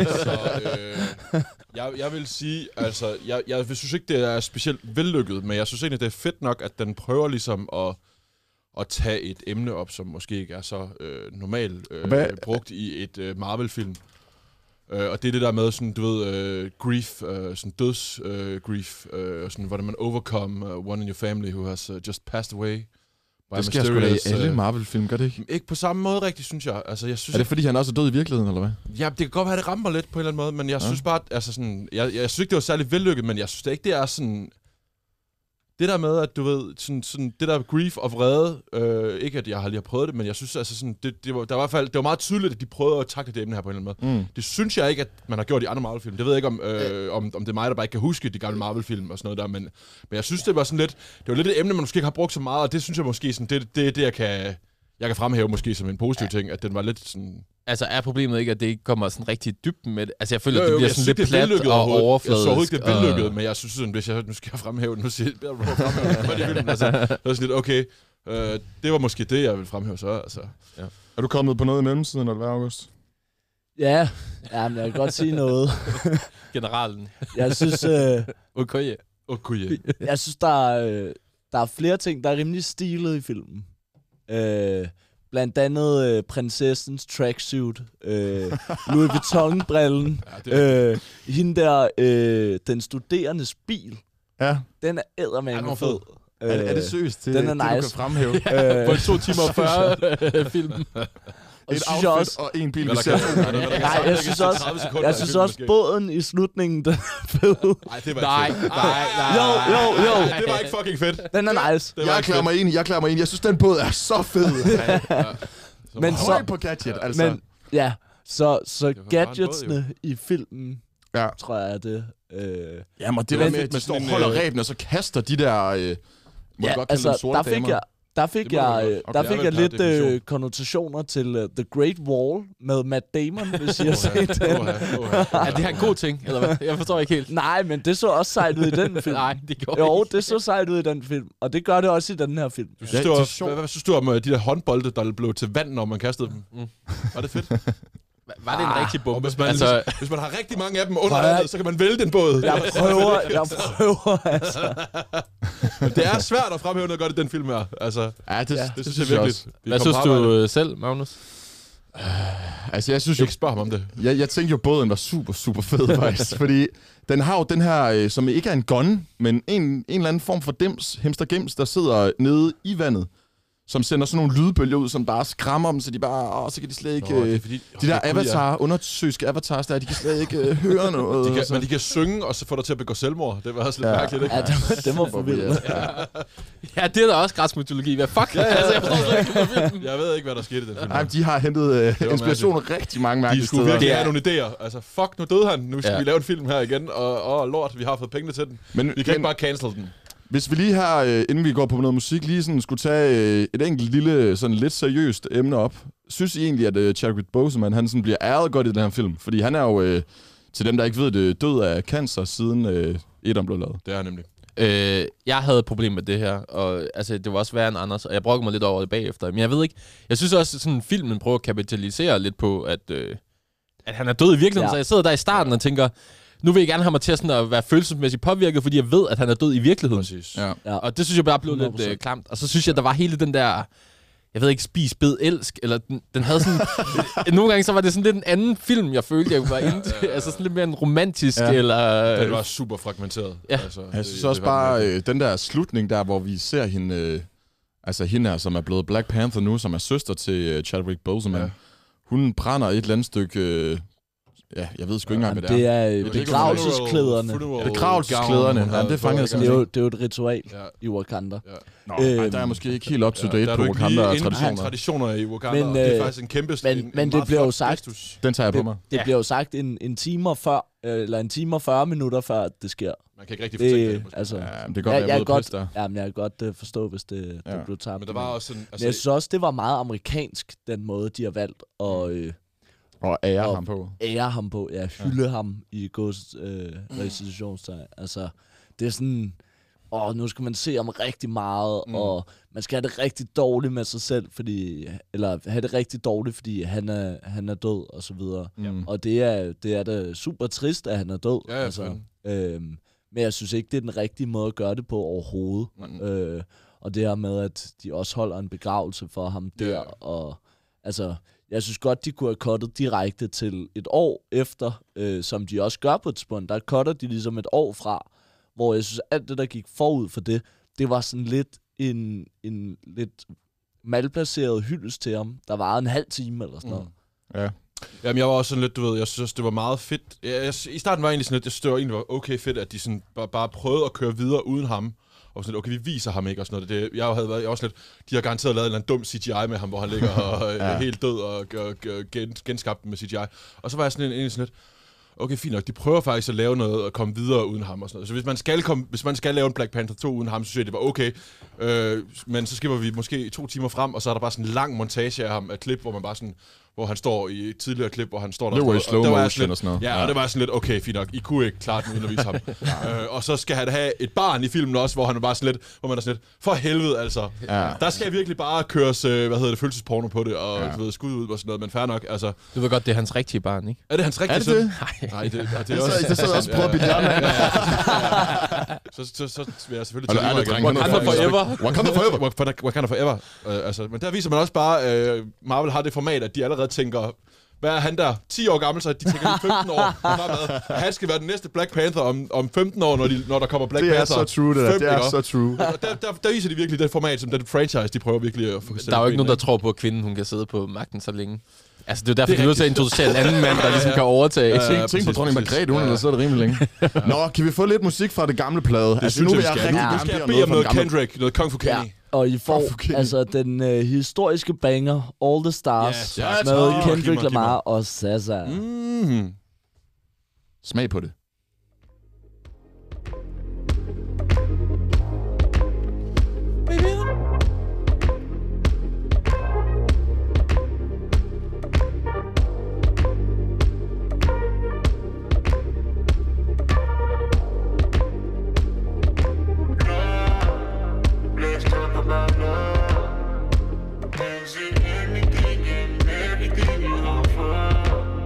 Jeg vil sige, altså, jeg synes ikke, det er specielt vellykket, men jeg synes egentlig, det er fedt nok, at den prøver ligesom at tage et emne op, som måske ikke er så normalt brugt i et Marvel-film. Og det er det der med sådan, du ved, grief, sådan døds-grief, sådan, hvordan man overcome one in your family who has just passed away. Det sker sgu da i alle Marvel-film, gør det ikke? Ikke på samme måde rigtigt, synes jeg. Altså, jeg synes, er det fordi, han også er død i virkeligheden, eller hvad? Ja, det kan godt være, at det rammer lidt på en eller anden måde, men jeg synes bare, altså sådan, jeg synes ikke, det var særlig vellykket, men jeg synes det ikke, det er sådan... Det der med, at du ved, sådan det der grief og vrede, ikke at jeg lige har prøvet det, men jeg synes altså sådan, det var i hvert fald, det var meget tydeligt, at de prøvede at takle det emne her på en eller anden måde. Mm. Det synes jeg ikke, at man har gjort i andre Marvel-film. Det ved jeg ikke, om det er mig, der bare ikke kan huske de gamle Marvel-film og sådan noget der, men jeg synes, det var sådan lidt, det var lidt et emne, man måske ikke har brugt så meget, og det synes jeg måske sådan, det jeg kan fremhæve måske som en positiv ting, at den var lidt sådan... Altså, er problemet ikke, at det ikke kommer sådan rigtig dybt med det? Altså, jeg føler, at det bliver sådan lidt plat og overfladisk. Jeg så ikke, det er vellykket, men jeg synes sådan, hvis jeg nu skal jeg fremhæve den, nu siger jeg bedre fremhæve den, altså, det var sådan lidt, okay, det var måske det, jeg ville fremhæve så, altså. Ja. Er du kommet på noget i mellemtiden, eller hvad, August? Ja, men jeg kan godt sige noget. Generalen. Jeg synes... Okoye. Jeg synes, der er flere ting, der er rimelig stilet i filmen. Blandt andet prinsessens tracksuit, Louis Vuitton-brillen, hende der, den studerendes bil. Ja. Den er eddermame fed. Er det seriøst? Den er nice. Det, du kan fremhæve. På 2 timer og 40 filmen. Et outfit også, og en bil, vi ser. Nej, jeg synes også båden i slutningen, den er fed. Nej, det var ikke fedt. Jo. Det var ikke fucking fedt. Den er nice. Jeg erklærer mig enig. Jeg synes, den båd er så fed. Men så på gadget, altså. Men, ja, så gadgetsene i filmen, tror jeg er det. Jamen, det der med, at de står og holder rebene, og så kaster de der... må godt kalde dem sorte damer. Der fik jeg lidt konnotationer til The Great Wall med Matt Damon, hvis I har set den. Er det her en god ting, eller hvad? Jeg forstår ikke helt. Nej, men det så også sejt ud i den film. Nej, det gjorde ikke. Jo, det så sejt ud i den film, og det gør det også i den her film. Hvad synes du om de der håndbolde, der blev til vand, når man kastede dem? Var det fedt? Var det en rigtig bombe? Hvis man har rigtig mange af dem under vandet, så kan man vælge den båd. Jeg prøver, altså. Det er svært at fremhæve noget godt i den film her. Altså, det synes jeg virkelig. Hvad synes du selv, Magnus? Altså, jeg synes jo... Ikke spørg ham om det. Jeg tænkte jo, båden var super, super fed, faktisk. Fordi den har jo den her, som ikke er en gun, men en eller anden form for hemstergems, der sidder nede i vandet, som sender sådan nogle lydbølger ud, som bare skræmmer dem, så de bare... så kan de slet ikke... de der undersøiske avatars der, de kan slet ikke høre noget. Men de kan synge, og så få dig til at begå selvmord. Det var også lidt mærkeligt, ikke? Ja, det var forvirret. Ja, det er da også græsk mytologi. Hvad fuck? Altså, jeg forstår slet ikke, jeg ved ikke, hvad der skete i den film. Nej, de har hentet inspirationer rigtig mange mærkelige steder. De skulle virkelig have nogle idéer. Altså, fuck, nu døde han. Nu skal vi lave en film her igen. Og lort, vi har fået pengene til den. Men vi kan ikke bare cancel den. Hvis vi lige her, inden vi går på noget musik, lige sådan skulle tage et enkelt lille, sådan lidt seriøst emne op. Synes I egentlig, at Chadwick Boseman, han sådan bliver æret godt i den her film? Fordi han er jo, til dem, der ikke ved det, død af cancer, siden Edom blev lavet. Det er nemlig. Jeg havde et problem med det her, og altså, det var også værre end Anders, og jeg brokkede mig lidt over det bagefter. Men jeg ved ikke, jeg synes også, at sådan filmen prøver at kapitalisere lidt på, at han er død i virkeligheden. Så jeg sidder der i starten og tænker... Nu vil jeg gerne have mig til sådan at være følelsesmæssigt påvirket, fordi jeg ved, at han er død i virkeligheden. Ja. Og det synes jeg bare blev lidt klamt. Og så synes jeg, der var hele den der, jeg ved ikke, spis, bed, elsk, eller den havde sådan... nogle gange så var det sådan lidt en anden film, jeg følte, jeg var inde til. Altså sådan lidt mere en romantisk, eller... Det var super fragmenteret. Ja. Altså, jeg synes også bare, den der slutning der, hvor vi ser hende... altså hende her, som er blevet Black Panther nu, som er søster til Chadwick Boseman. Ja. Hun brænder et eller andet stykke... Ja, jeg ved sgu ikke engang, hvad det er. Det er begravelsesklæderne. Begravelsesklæderne, ja, det fangede jeg det er jo et ritual i Wakanda. Nå, der er måske ikke helt up to date på Wakanda-traditioner i Wakanda, men, det er faktisk en kæmpe... Men det bliver jo sagt... Den tager jeg på mig. Det bliver jo sagt en time og 40, eller en time og 40 minutter før det sker. Man kan ikke rigtig fortænke det. Altså, det kan godt være både pris der. Ja, men jeg kan godt forstå, hvis det blev tabt. Men der var også sådan... Jeg synes også, det var meget amerikansk, den måde, de har valgt at... Og ære ham på. Ja, hylde ham i Ghost recitationstegn. Altså, det er sådan... nu skal man se ham rigtig meget, og man skal have det rigtig dårligt med sig selv, fordi... Eller have det rigtig dårligt, fordi han er død, og så videre. Og det er da super trist, at han er død. Ja, altså, men jeg synes ikke, det er den rigtige måde at gøre det på overhovedet. Og det her med, at de også holder en begravelse for ham der, og... Altså... Jeg synes godt, de kunne have cuttet direkte til et år efter, som de også gør på et tidspunkt. Der cutter de ligesom et år fra, hvor jeg synes, alt det, der gik forud for det var sådan lidt en lidt malplaceret hyldest til ham. Der var en halv time eller sådan noget. Ja. Jamen, jeg var også sådan lidt, du ved, jeg synes, det var meget fedt. I starten var jeg egentlig sådan lidt, jeg synes, det var egentlig okay fedt, at de sådan bare prøvede at køre videre uden ham. Og sådan lidt, okay, vi viser ham ikke og sådan noget. Jeg havde også lidt, de har garanteret lavet en eller anden dum CGI med ham, hvor han ligger og helt død og genskabt med CGI. Og så var jeg sådan lidt, okay, fint nok, de prøver faktisk at lave noget og komme videre uden ham og sådan noget. Så hvis man skal lave en Black Panther 2 uden ham, så synes jeg, det var okay. Men så skipper vi måske 2 timer frem, og så er der bare sådan en lang montage af ham, af klip, hvor man bare sådan... hvor han står i et tidligere klip, hvor han står der. Det var i slow motion og sådan noget. Ja, og det var sådan lidt, okay, fint nok, I kunne ikke klare den uden at vise ham. Og så skal han have et barn i filmen også, hvor han er bare sådan lidt, hvor man er sådan lidt, for helvede altså. Ja. Der skal virkelig bare køres, følelsesporno på det, og du ved, skud ud og sådan noget, men fair nok, altså. Du ved godt, det er hans rigtige barn, ikke? Er det hans rigtige søn? Nej, det er også... Det sidder også på at blive Så vil jeg selvfølgelig tage det. Wakanda Forever. Altså, men der viser man også bare, Marvel har det format, at de allerede tænker, hvad er han der? 10 år gammel, så de tænker 15 år fremad. Han skal være den næste Black Panther om 15 år, når der kommer Black Panther. Det er så true, det er så true. Der viser de virkelig det format, som den franchise, de prøver virkelig at få. Der er jo ikke nogen, der tror på, at kvinden hun kan sidde på magten så længe. Altså, det er jo derfor, de er nødt til at introducere en anden mand, der ligesom kan overtage. Tænk på dronning Margrethe, hun har siddet rimelig længe. Nå, kan vi få lidt musik fra det gamle plade? Det synes jeg, vi skal. Nu skal jeg bede om noget Kendrick, noget Kung Fu Kenny. Og I får altså den historiske banger All the Stars med Kendrick Lamar og SZA. Smag på det. Everything you offer.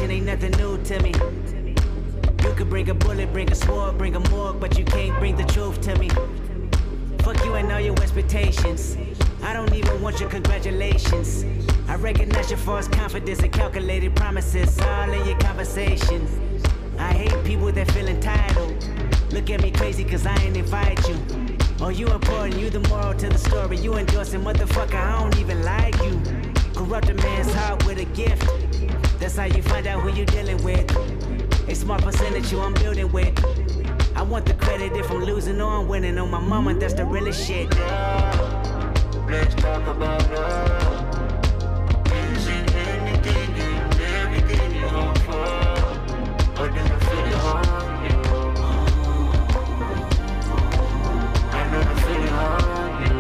Destruction ain't nothing new to me. You could bring a bullet, bring a sword, bring a morgue, but you can't bring the truth to me. Fuck you and all your expectations. I don't even want your congratulations. I recognize your false confidence and calculated promises all in your conversation. I hate people that feel entitled. Look at me crazy cause I ain't invite you. Oh, you important, you the moral to the story. You endorsing, motherfucker, I don't even like you. Corrupt a man's heart with a gift. That's how you find out who you dealing with. A small percentage you I'm building with. I want the credit if I'm losing or I'm winning. On my mama, that's the realest shit. Let's talk about love. Is it anything and everything you hope for? Or do you feel it on you? I know the feeling on you.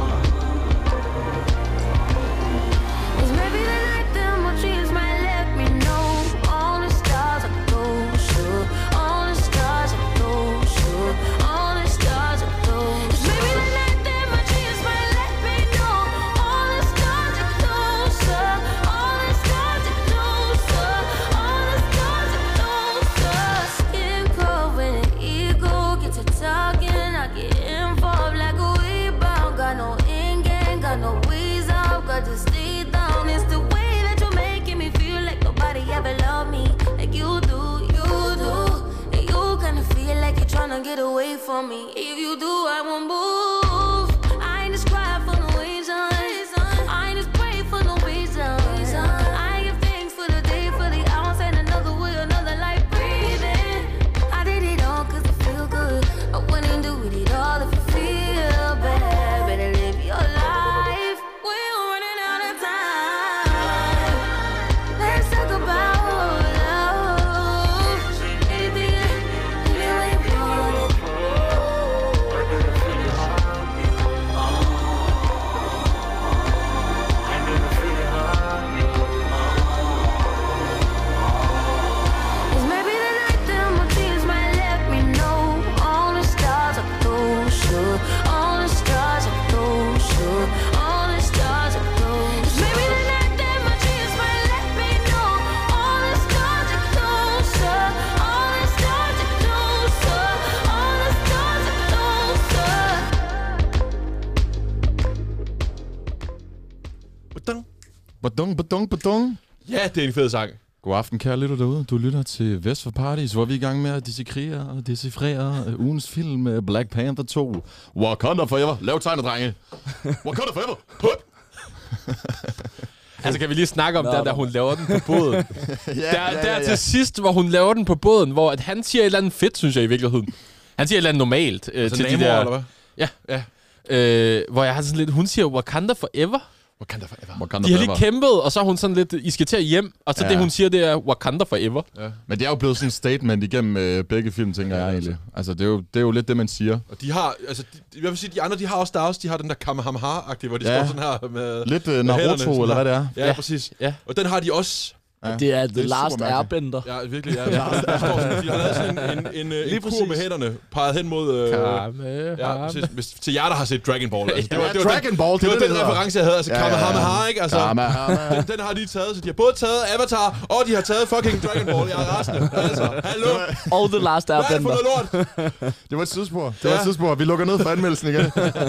It's maybe the night that my dreams might let me know. All the stars are closer. All the stars are closer. All the stars are closer. It's maybe the night that my dreams might let me know. All the stars are closer. All the stars are closer. All the stars are closer. Skin cold when the ego gets to talking. I get involved like a rebound. Got no in game, got no ways out. Got to stay down. It's the way that you're making me feel like nobody ever loved me like you do, you do. And you kinda feel like you're tryna get away from me. If you do, I won't move. I ain't just cry for no reason. I ain't just pray for no reason. I give thanks for the day, for the hours, and another way, another life breathing. I did it all cause I feel good. I wouldn't do it all if you feel bad. Better live your life. We're running out of time. Let's talk about love. Anything you want. It's maybe the night that my dreams might let me know. All the stars are closer. All the stars are closer. All the stars are closer. It's maybe the night that my dreams might let me know. All the stars are closer. All the stars are closer. All the stars are closer. Badung. Ja, det er en fed sang. God aften, kære lytter derude. Du lytter til Vest for Parties, hvor vi er i gang med at dissekrere og decifrere ugens film Black Panther 2. Wakanda Forever. Lav tegnet, drenge. Wakanda Forever. Put. Altså, kan vi lige snakke om den, der hun laver den på båden? Der til sidst, hvor hun laver den på båden, hvor at han siger et eller andet fedt, synes jeg i virkeligheden. Han siger et eller andet normalt Altså til de Namor, der... eller hvad? Ja. Hvor jeg har sådan lidt... Hun siger Wakanda Forever. Wakanda Forever. Wakanda De har Forever. lige kæmpet, og så er hun sådan lidt... I skal til at hjem, og så det, hun siger, det er Wakanda Forever. Ja. Men det er jo blevet sådan en statement igennem begge film, tænker jeg egentlig. Altså, det er jo lidt det, man siger. Og de har, altså, jeg vil sige, de andre, de har også, de har den der Kamehameha-agtige, hvor de står sådan her med... Lidt Naruto, eller hvad det er. Ja, præcis. Ja. Og den har de også... Ja. Det er The er Last super mærkeligt. Airbender. Ja, virkelig, ja. De har lavet sådan en kur med hænderne, peget hen mod... ja, præcis. Til jer, der har set Dragon Ball. Altså, det var Dragon Ball, det var den reference, jeg havde. Altså, Kamehameha, ikke? Altså, Kamehameha. den har de taget, så de har både taget Avatar, og de har taget fucking Dragon Ball. Jeg er resten. Altså, hallo? Og The Last Hvad er det for Airbender. noget lort? Det var et sidespor. Det var et sidespor. Vi lukker ned for anmeldelsen igen.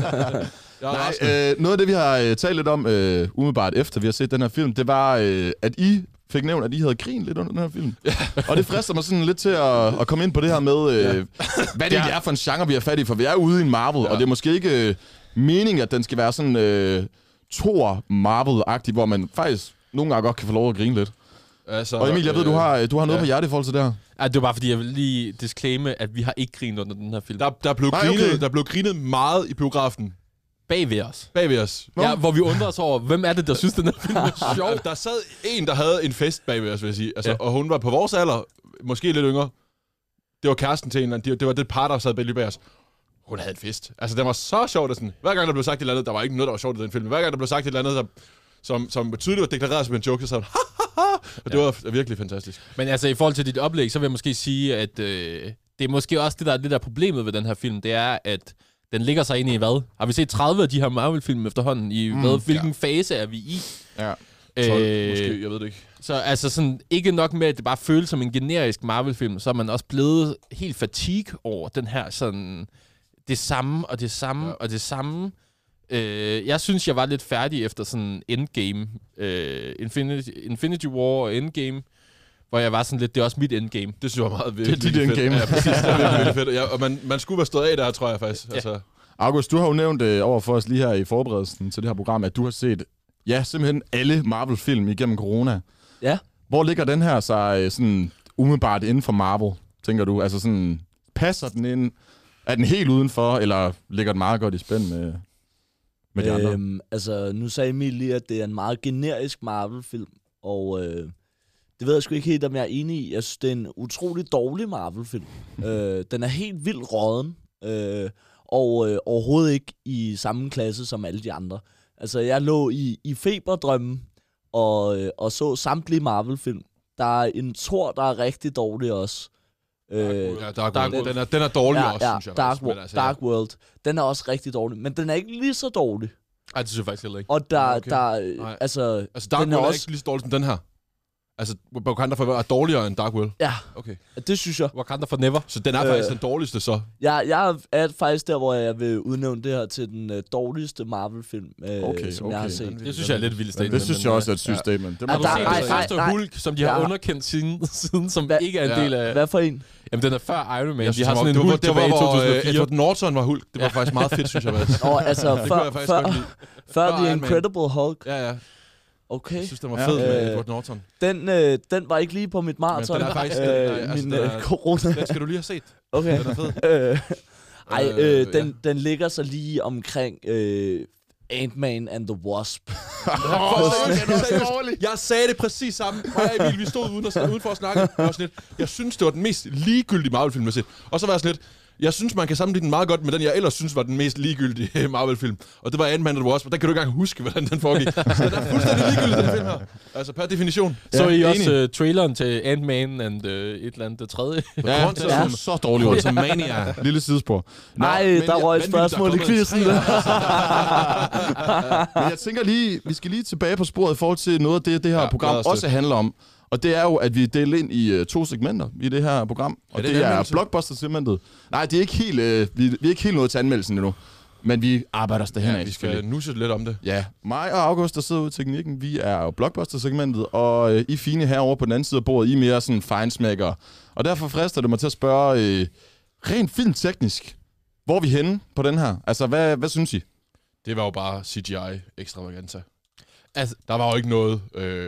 Noget af det, vi har talt lidt om umiddelbart efter, vi har set den her film, det var, at I fik nævnt, at I havde grinet lidt under den her film. Og det frister mig sådan lidt til at komme ind på det her med, hvad det er for en genre, vi er fat i, for vi er ude i en Marvel, og det er måske ikke meningen, at den skal være sådan Thor Marvel-agtig, hvor man faktisk nogle gange godt kan få lov at grine lidt. Altså, Og Emil, jeg ved, du har noget på hjertet i forhold til det her. Ja, det var bare fordi, jeg vil lige disclaimer, at vi har ikke grinet under den her film. Der blev grinet meget i biografen. Bagved os. Bagved os. Ja, hvor vi undrer os over, hvem er det, der synes, den her film er sjov? Der sad en, der havde en fest bagved os, vil jeg sige. Altså, og hun var på vores alder, måske lidt yngre. Det var kæresten til en eller anden. Det var det par, der sad bag os. Hun havde en fest. Altså, det var så sjovt. Sådan. Hver gang der blev sagt et eller andet, der var ikke noget, der var sjovt i den film. Hver gang der blev sagt et eller andet, som tydeligt var deklareret som en joke, så sagde og det var virkelig fantastisk. Men altså, i forhold til dit oplæg, så vil jeg måske sige, at det er måske også det der problemet ved den her film, det er, at den ligger sig inde i hvad? Har vi set 30 af de her Marvel-film efterhånden? I hvilken fase er vi i? Ja. måske, jeg ved det ikke. Så altså sådan, ikke nok med, at det bare føles som en generisk Marvel-film, så er man også blevet helt fatigue over den her sådan, det samme og det samme og det samme. Jeg synes, jeg var lidt færdig efter sådan Endgame, Infinity War og Endgame, hvor jeg var sådan lidt, det er også mit endgame. Det synes jeg var meget Det er dit endgame. Ja, præcis. Det er virkelig fedt. Ja, og man skulle være stået af der, tror jeg faktisk. Ja. Altså. August, du har jo nævnt over for os lige her i forberedelsen til det her program, at du har set, simpelthen alle Marvel-film igennem corona. Ja. Hvor ligger den her sig sådan umiddelbart inden for Marvel, tænker du? Altså sådan, passer den ind? Er den helt udenfor, eller ligger den meget godt i spænd med de andre? Altså, nu sagde Emil lige, at det er en meget generisk Marvel-film, og det ved jeg sgu ikke helt, om jeg er enig i. Jeg synes, det er en utrolig dårlig Marvel-film. Den er helt vildt råden, og overhovedet ikke i samme klasse som alle de andre. Altså, jeg lå i feberdrømmen og så samtlige Marvel-film. Der er en Thor, der er rigtig dårlig også. Dark World. Den er dårlig også, synes jeg. Dark World. Den er også rigtig dårlig, men den er ikke lige så dårlig. Ej, det synes jeg faktisk heller ikke. Og Altså, Dark World er ikke lige så dårlig som den her? Altså, Wakanda Forever er dårligere end Dark World? Ja, okay. Det synes jeg. Wakanda Forever. Så den er faktisk den dårligste, så? Jeg er faktisk der, hvor jeg vil udnævne det her til den dårligste Marvel-film, som jeg har set. Det synes jeg er lidt vildt statement. Det synes jeg også er et sygt statement. Har du set den første Hulk, som de har underkendt siden som ikke er en del af... Hvad for en? Jamen, den er før Iron Man. De har sådan en Hulk tilbage i 2004. Edward Norton var Hulk. Det var faktisk meget fedt, synes jeg. Altså, før The Iron Incredible Hulk. Ja. Okay. Jeg synes, den var fed med Edward Norton. Den var ikke lige på mit maraton. Men den er faktisk... corona. Den skal du lige have set. Okay. Den er fed. Den ligger så lige omkring Ant-Man and the Wasp. Jeg sagde det præcis samme. Emil, vi stod udenfor at snakke. Jeg synes, det var den mest ligegyldige Marvel-film, jeg har set. Og så var jeg sådan lidt... Jeg synes, man kan sammenligne den meget godt med den, jeg ellers synes var den mest ligegyldige Marvel-film. Og det var Ant-Man and the Wasp, og der kan du ikke engang huske, hvordan den foregik. Så den er fuldstændig ligegyldig, den film her. Altså, per definition. Så I også traileren til Ant-Man and et eller andet det tredje? Ja, det er så dårligt ud. Som Mania. Lille sidespor. Nej, der røg et spørgsmål i quizzen. Men jeg tænker lige, vi skal lige tilbage på sporet i forhold til noget af det her program også handler om. Og det er jo, at vi deler ind i 2 segmenter i det her program. Og det er blockbuster-segmentet. Nej, det er ikke helt, vi er ikke helt nået til anmeldelsen endnu. Men vi arbejder os derhen af. Vi skal nusse lidt om det. Ja, mig og August, der sidder ude i teknikken, vi er jo blockbuster-segmentet. Og I fine herovre på den anden side af bordet, I er mere sådan fejnsmækker. Og derfor frister det mig til at spørge, rent filmteknisk, hvor er vi henne på den her? Altså, hvad synes I? Det var jo bare CGI-ekstravaganza. Altså, der var jo ikke noget...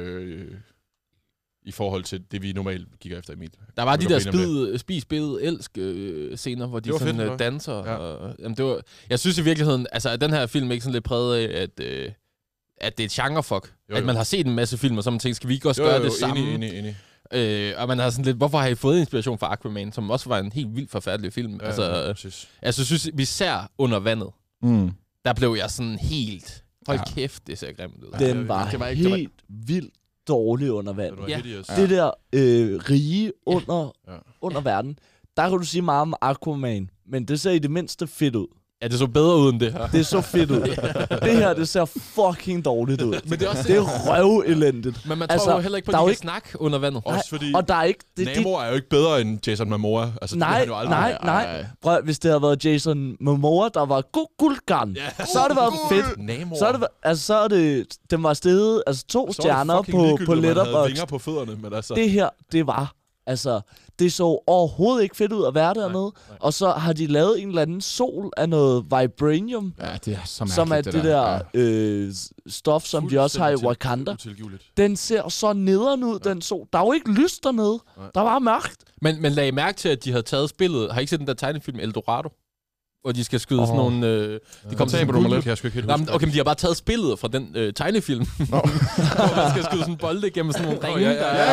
i forhold til det, vi normalt kigger efter, Emil. Der var de der spis, billede, elsk scener, hvor de sådan fedt, danser. Ja. Og, jamen, det var, jeg synes i virkeligheden, altså, at den her film er ikke sådan lidt præget af, at det er et genrefuck. At man har set en masse film, og så man tænker, skal vi ikke også gøre det samme? Enig. Og man har sådan lidt, hvorfor har I fået inspiration fra Aquaman, som også var en helt vildt forfærdelig film? Ja, altså, jeg synes, vi ser under vandet. Der blev jeg sådan helt, hold kæft, det ser grimt ud. Den var helt vildt dårlig under vand. Det der rige under verden, der kan du sige meget om Aquaman, men det ser i det mindste fedt ud. Ja, det så bedre ud end det her. Det så fedt ud. Det her, det ser fucking dårligt ud. Men det er, det er røvelendigt. Men man tror jo heller ikke på, at de kan snakke under vandet. Også fordi og der er ikke, Namor er jo ikke bedre end Jason Momoa. Altså, nej. Prøv, hvis det havde været Jason Momoa, der var guldgarn, så har det været fedt. Namor. Så er det, den var stedet, altså 2 stjerner på Letterboxd. Vinger på fødderne, men altså. Det her, det var, altså, det så overhovedet ikke fedt ud at være dernede. Nej. Og så har de lavet en eller anden sol af noget vibranium. Ja, det er så mærkeligt, som er det der stof, som de også har i Wakanda. Den ser så nederen ud, den sol. Der er jo ikke lys dernede. Nej. Der var mørkt. Men lagde I mærke til, at de havde taget spillet? Har I ikke set den der tegnefilm Eldorado? Hvor de skal skyde sådan nogle... de kommer til nummer lidt, jeg skal ikke helt huske. Okay, men de har bare taget spillet fra den tegnefilm. Hvor man skal skyde sådan bolde gennem sådan nogle ringe.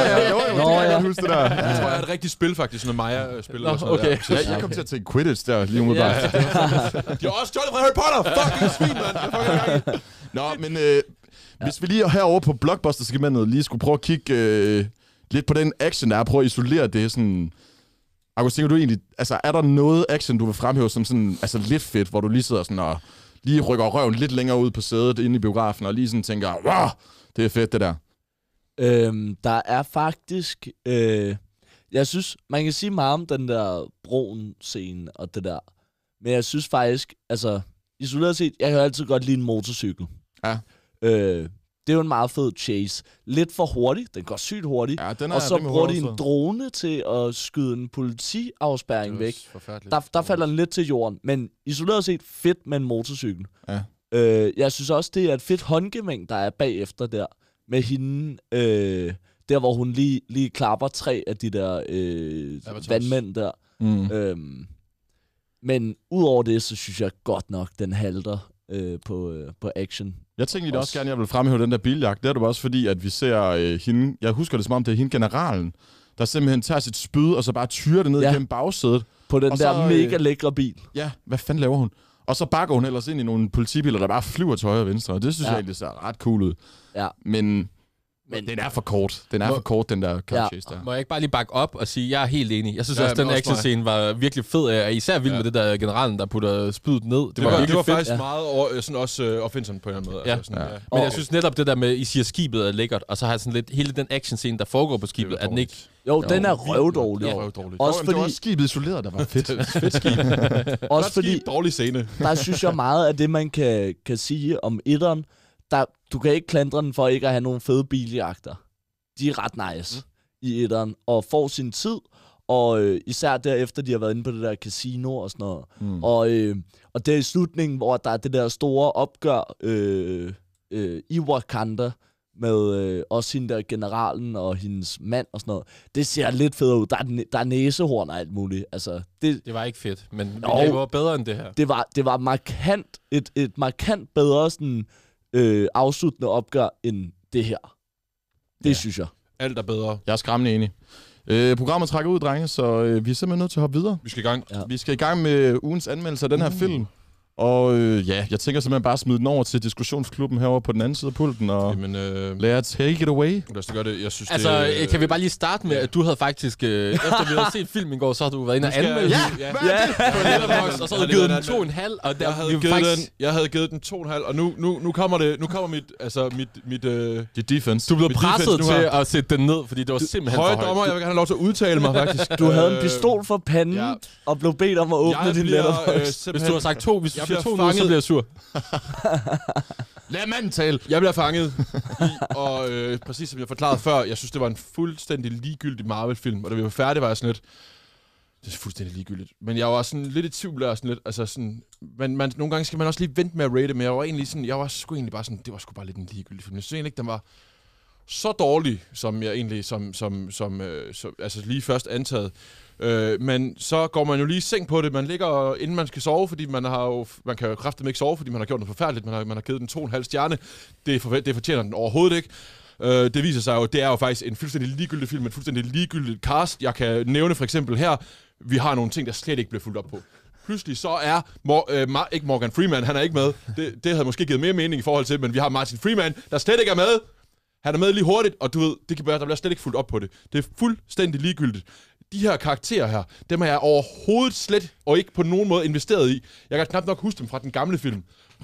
Jeg husker det der. Jeg tror, jeg er et rigtigt spil faktisk, når Maja-spil. Okay. Jeg kom til at tænke Quidditch der lige umiddelbart. De har også stjålet fra Harry Potter! Fucking svin, mand! Nå, men hvis vi lige herovre på Blockbuster-segmentet lige skulle prøve at kigge lidt på den action, der er, prøve at isolere det sådan... August, tænker du egentlig, altså er der noget action, du vil fremhæve som sådan, altså lidt fedt, hvor du lige sidder sådan og lige rykker røven lidt længere ud på sædet inde i biografen, og lige sådan tænker, wow, det er fedt det der. Der er faktisk... jeg synes, man kan sige meget om den der broen-scene og det der. Men jeg synes faktisk, altså... Isoleret set, jeg kan jo altid godt lide en motorcykel. Ja. Det er jo en meget fed chase. Lidt for hurtig. Den går sygt hurtigt. Ja, og så bruger de en drone til at skyde en politiafspærring væk. Der falder den lidt til jorden. Men isoleret set fedt med en motorcykel. Ja. Jeg synes også, det er et fedt håndgemæng, der er bagefter der. Med hende, der hvor hun lige klapper 3 af de der vandmænd der. Men udover det, så synes jeg godt nok, den halter på action. Jeg tænkte også gerne, jeg vil fremhæve den der biljagt. Det er det også fordi, at vi ser hende... Jeg husker det som om, det er hende generalen, der simpelthen tager sit spyd, og så bare tyrer det ned igennem bagsædet. På den der mega lækre bil. Ja, hvad fanden laver hun? Og så bakker hun ellers ind i nogle politibiler, der bare flyver til højre og venstre. Og det synes jeg egentlig ser ret cool ud. Ja. Men den er for kort. Den er for kort, den der car chase der. Må jeg ikke bare lige bakke op og sige, jeg er helt enig. Jeg synes også, den actionscene var virkelig fed. Jeg er især vild med det der generalen, der putter spydet ned. Det var virkelig faktisk meget sådan også offensive på en eller anden måde. Ja. Altså sådan, Men jeg synes netop det der med, I siger, skibet er lækkert, og så har jeg sådan lidt, hele den actionscene, der foregår på skibet, er den ikke... Jo, den er røvdårlig. Også fordi... Det var skibet isoleret, der var fedt. Fedt skib. Også fordi... Dårlig scene. Der synes jeg meget af det, man kan sige om etteren. Du kan ikke klandre den for ikke at have nogle fede biljagter. De er ret nice i etteren, og får sin tid, og især derefter, de har været inde på det der casino og sådan noget. Og der i slutningen, hvor der er det der store opgør i Wakanda, med også hende der generalen og hendes mand og sådan noget. Det ser lidt fedt ud. Der er næsehorn og alt muligt. Altså, det var ikke fedt, men det var bedre end det her. Det var markant, et markant bedre sådan, afsluttende opgør end det her. Det synes jeg. Alt er bedre. Jeg er skræmmende enig. Programmet trækker ud, drenge, så vi er simpelthen nødt til at hoppe videre. Vi skal i gang. Ja. Vi skal i gang med ugens anmeldelse af den her film. Og jeg tænker simpelthen bare at smide den over til diskussionsklubben herovre på den anden side af pulten, og lad os take it away. Lad os gøre det. Jeg synes, kan vi bare lige starte med, at du havde faktisk, efter vi havde set filmen i går, så har du været inde og anmelde og så havde du givet den 2,5, og jeg havde givet den 2,5, og nu kommer mit defense. Du blev presset til at sætte den ned, fordi det var simpelthen høje dommer, jeg vil gerne have lov til at udtale mig, faktisk. Du havde en pistol for panden, og blev bedt om at åbne din letterbox. Hvis du har sagt 2, hvis du siger 2 nu, så bliver jeg sur. Lad manden tale. Jeg bliver fanget i, og præcis som jeg forklarede før, jeg synes, det var en fuldstændig ligegyldig Marvel-film, og da vi var færdige, var jeg sådan lidt, det er fuldstændig ligegyldigt. Men jeg var sådan lidt i tvivl og sådan lidt, altså sådan, nogle gange skal man også lige vente med at rate, men jeg var sgu egentlig bare sådan, det var sgu bare lidt en ligegyldig film. Jeg synes egentlig ikke, den var så dårlig, som jeg egentlig, altså lige først antaget. Men så går man jo lige i seng på det. Man ligger, inden man skal sove, fordi man kan jo kraftedeme ikke sove, fordi man har gjort noget forfærdeligt. Man har givet den 2,5 stjerne. Det fortjener den overhovedet ikke. Det viser sig jo, det er jo faktisk en fuldstændig ligegyldig film, en fuldstændig ligegyldigt cast. Jeg kan nævne for eksempel her, vi har nogle ting, der slet ikke bliver fulgt op på. Pludselig så er ikke Morgan Freeman, han er ikke med. Det havde måske givet mere mening i forhold til, men vi har Martin Freeman, der slet ikke er med. Han er med lige hurtigt, og du ved, der bliver slet ikke fulgt op på det. Det er fuldstændig ligegyldigt. De her karakterer her, dem er jeg overhovedet slet og ikke på nogen måde investeret i. Jeg kan knap nok huske dem fra den gamle film.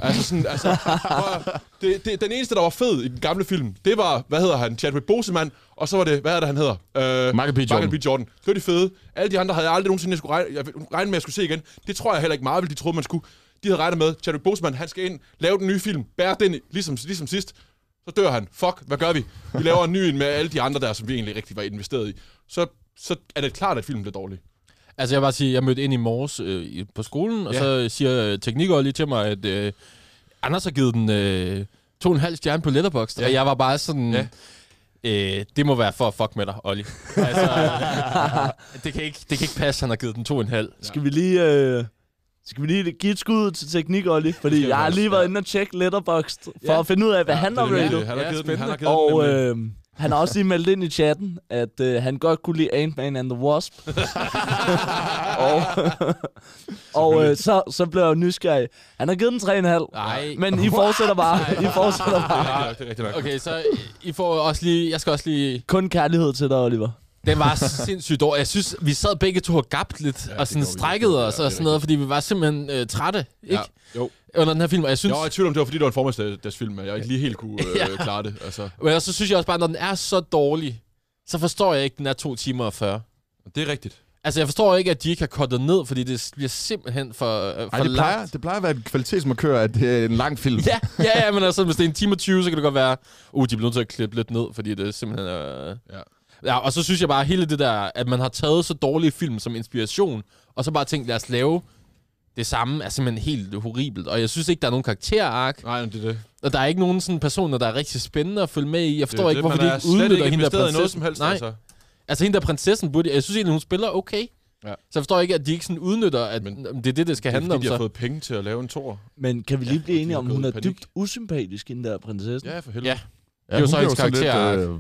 Den eneste, der var fed i den gamle film, det var, hvad hedder han, Chadwick Boseman, og så var det, hvad er det, han hedder? Michael B. Jordan. Det var de fede. Alle de andre havde jeg aldrig nogensinde regne med, at jeg skulle se igen. Det tror jeg heller ikke Marvel, de troede, man skulle. De havde regnet med, Chadwick Boseman, han skal ind, lave den nye film, bære den ligesom sidst. Så dør han. Fuck, hvad gør vi? Vi laver en ny med alle de andre der, som vi egentlig rigtig var investeret i. Så er det klart, at filmen bliver dårlig. Altså jeg vil bare sige, jeg mødte ind i morges på skolen, og så siger teknikere lige til mig, at Anders har givet den 2,5 stjerne på Letterboxd, og jeg var bare sådan, det må være for at fuck med dig, Olli. Altså, det kan ikke passe, han har givet den 2,5. Skal vi lige give et skud til teknik, Olli? Fordi jeg har lige været inde og tjekke Letterboxd for at finde ud af, hvad han har rated. Og han har også lige meldt ind i chatten, at han godt kunne lide Ant-Man and the Wasp. og så blev jeg nysgerrig. Han har givet den 3,5. Men I fortsætter bare. Det er rigtig nok. Okay, så I får også lige... Jeg skal også lige... Kun kærlighed til dig, Oliver. Den var sindssygt dårlig. Jeg synes, vi sad begge to og gabt lidt, og sådan strækkede os og sådan noget, fordi vi var simpelthen trætte, ikke? Ja, jo. under den her film, og jeg synes... Jeg var i tvivl om, det var fordi, det var en formiddagsfilm, men jeg ikke lige helt kunne klare det. Altså. Men så synes jeg også bare, når den er så dårlig, så forstår jeg ikke, den er 2 timer og 40. Det er rigtigt. Altså, jeg forstår ikke, at de ikke har kottet ned, fordi det bliver simpelthen for langt. Det plejer at være et kvalitetsmarkør, at det er en lang film. Ja, men altså, hvis det er 1 time og 20, så kan det godt være, de bliver nødt til at klippe lidt ned, fordi det simpelthen er... Ja, og så synes jeg bare, hele det der, at man har taget så dårlige film som inspiration, og så bare tænkt, lad os lave det samme, er simpelthen helt horribelt. Og jeg synes ikke, der er nogen karakterark. Nej, det er det. Og der er ikke nogen sådan personer, der er rigtig spændende at følge med i. Jeg forstår ikke, hvorfor de ikke udnytter hende der prinsessen. Noget som helst, nej. Altså hende der prinsessen burde... Jeg synes egentlig, hun spiller okay. Ja. Så jeg forstår ikke, at de ikke sådan udnytter, at det er det skal handle om. De har fået penge til at lave en tor. Men kan vi lige blive enige om, hun er dybt usympatisk, hende der prinsessen? Ja, for helvede. Ja. Det er jo så hendes karakter.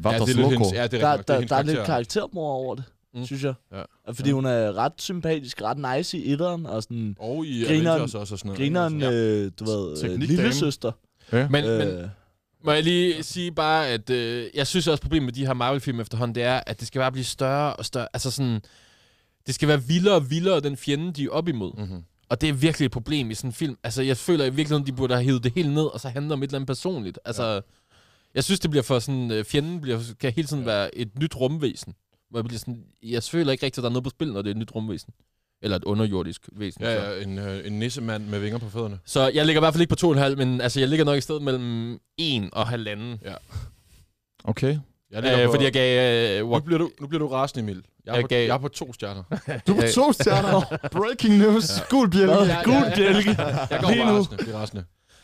Der er lidt karaktermor over det, synes jeg. Ja. Fordi hun er ret sympatisk, ret nice i etteren, og sådan... Og i Avengers også og sådan noget. Grineren, du ved, lille søster. Ja. Men må jeg lige sige bare, at jeg synes også, problemet med de her Marvel-film efterhånden, det er, at det skal bare blive større og større. Altså sådan... Det skal være vildere og vildere, den fjende, de er op imod. Mm-hmm. Og det er virkelig et problem i sådan en film. Altså, jeg føler i virkeligheden, de burde have hævet det helt ned, og så handle om et eller andet personligt. Altså, jeg synes, det bliver for sådan... Fjenden kan hele tiden være et nyt rumvæsen. Hvor jeg bliver sådan... Jeg føler ikke rigtigt, at der er noget på spil, når det er et nyt rumvæsen. Eller et underjordisk væsen. Ja, en nissemand med vinger på fødderne. Så jeg ligger i hvert fald ikke på 2,5, men altså, jeg ligger nok i stedet mellem 1 og 1,5. Ja. Okay. Fordi jeg gav... Nu bliver du rasende, Emil. Jeg er på 2 stjerner. Du er på 2 stjerner? Breaking news. Gul bjælke. Gul bjælke. Jeg går rasende.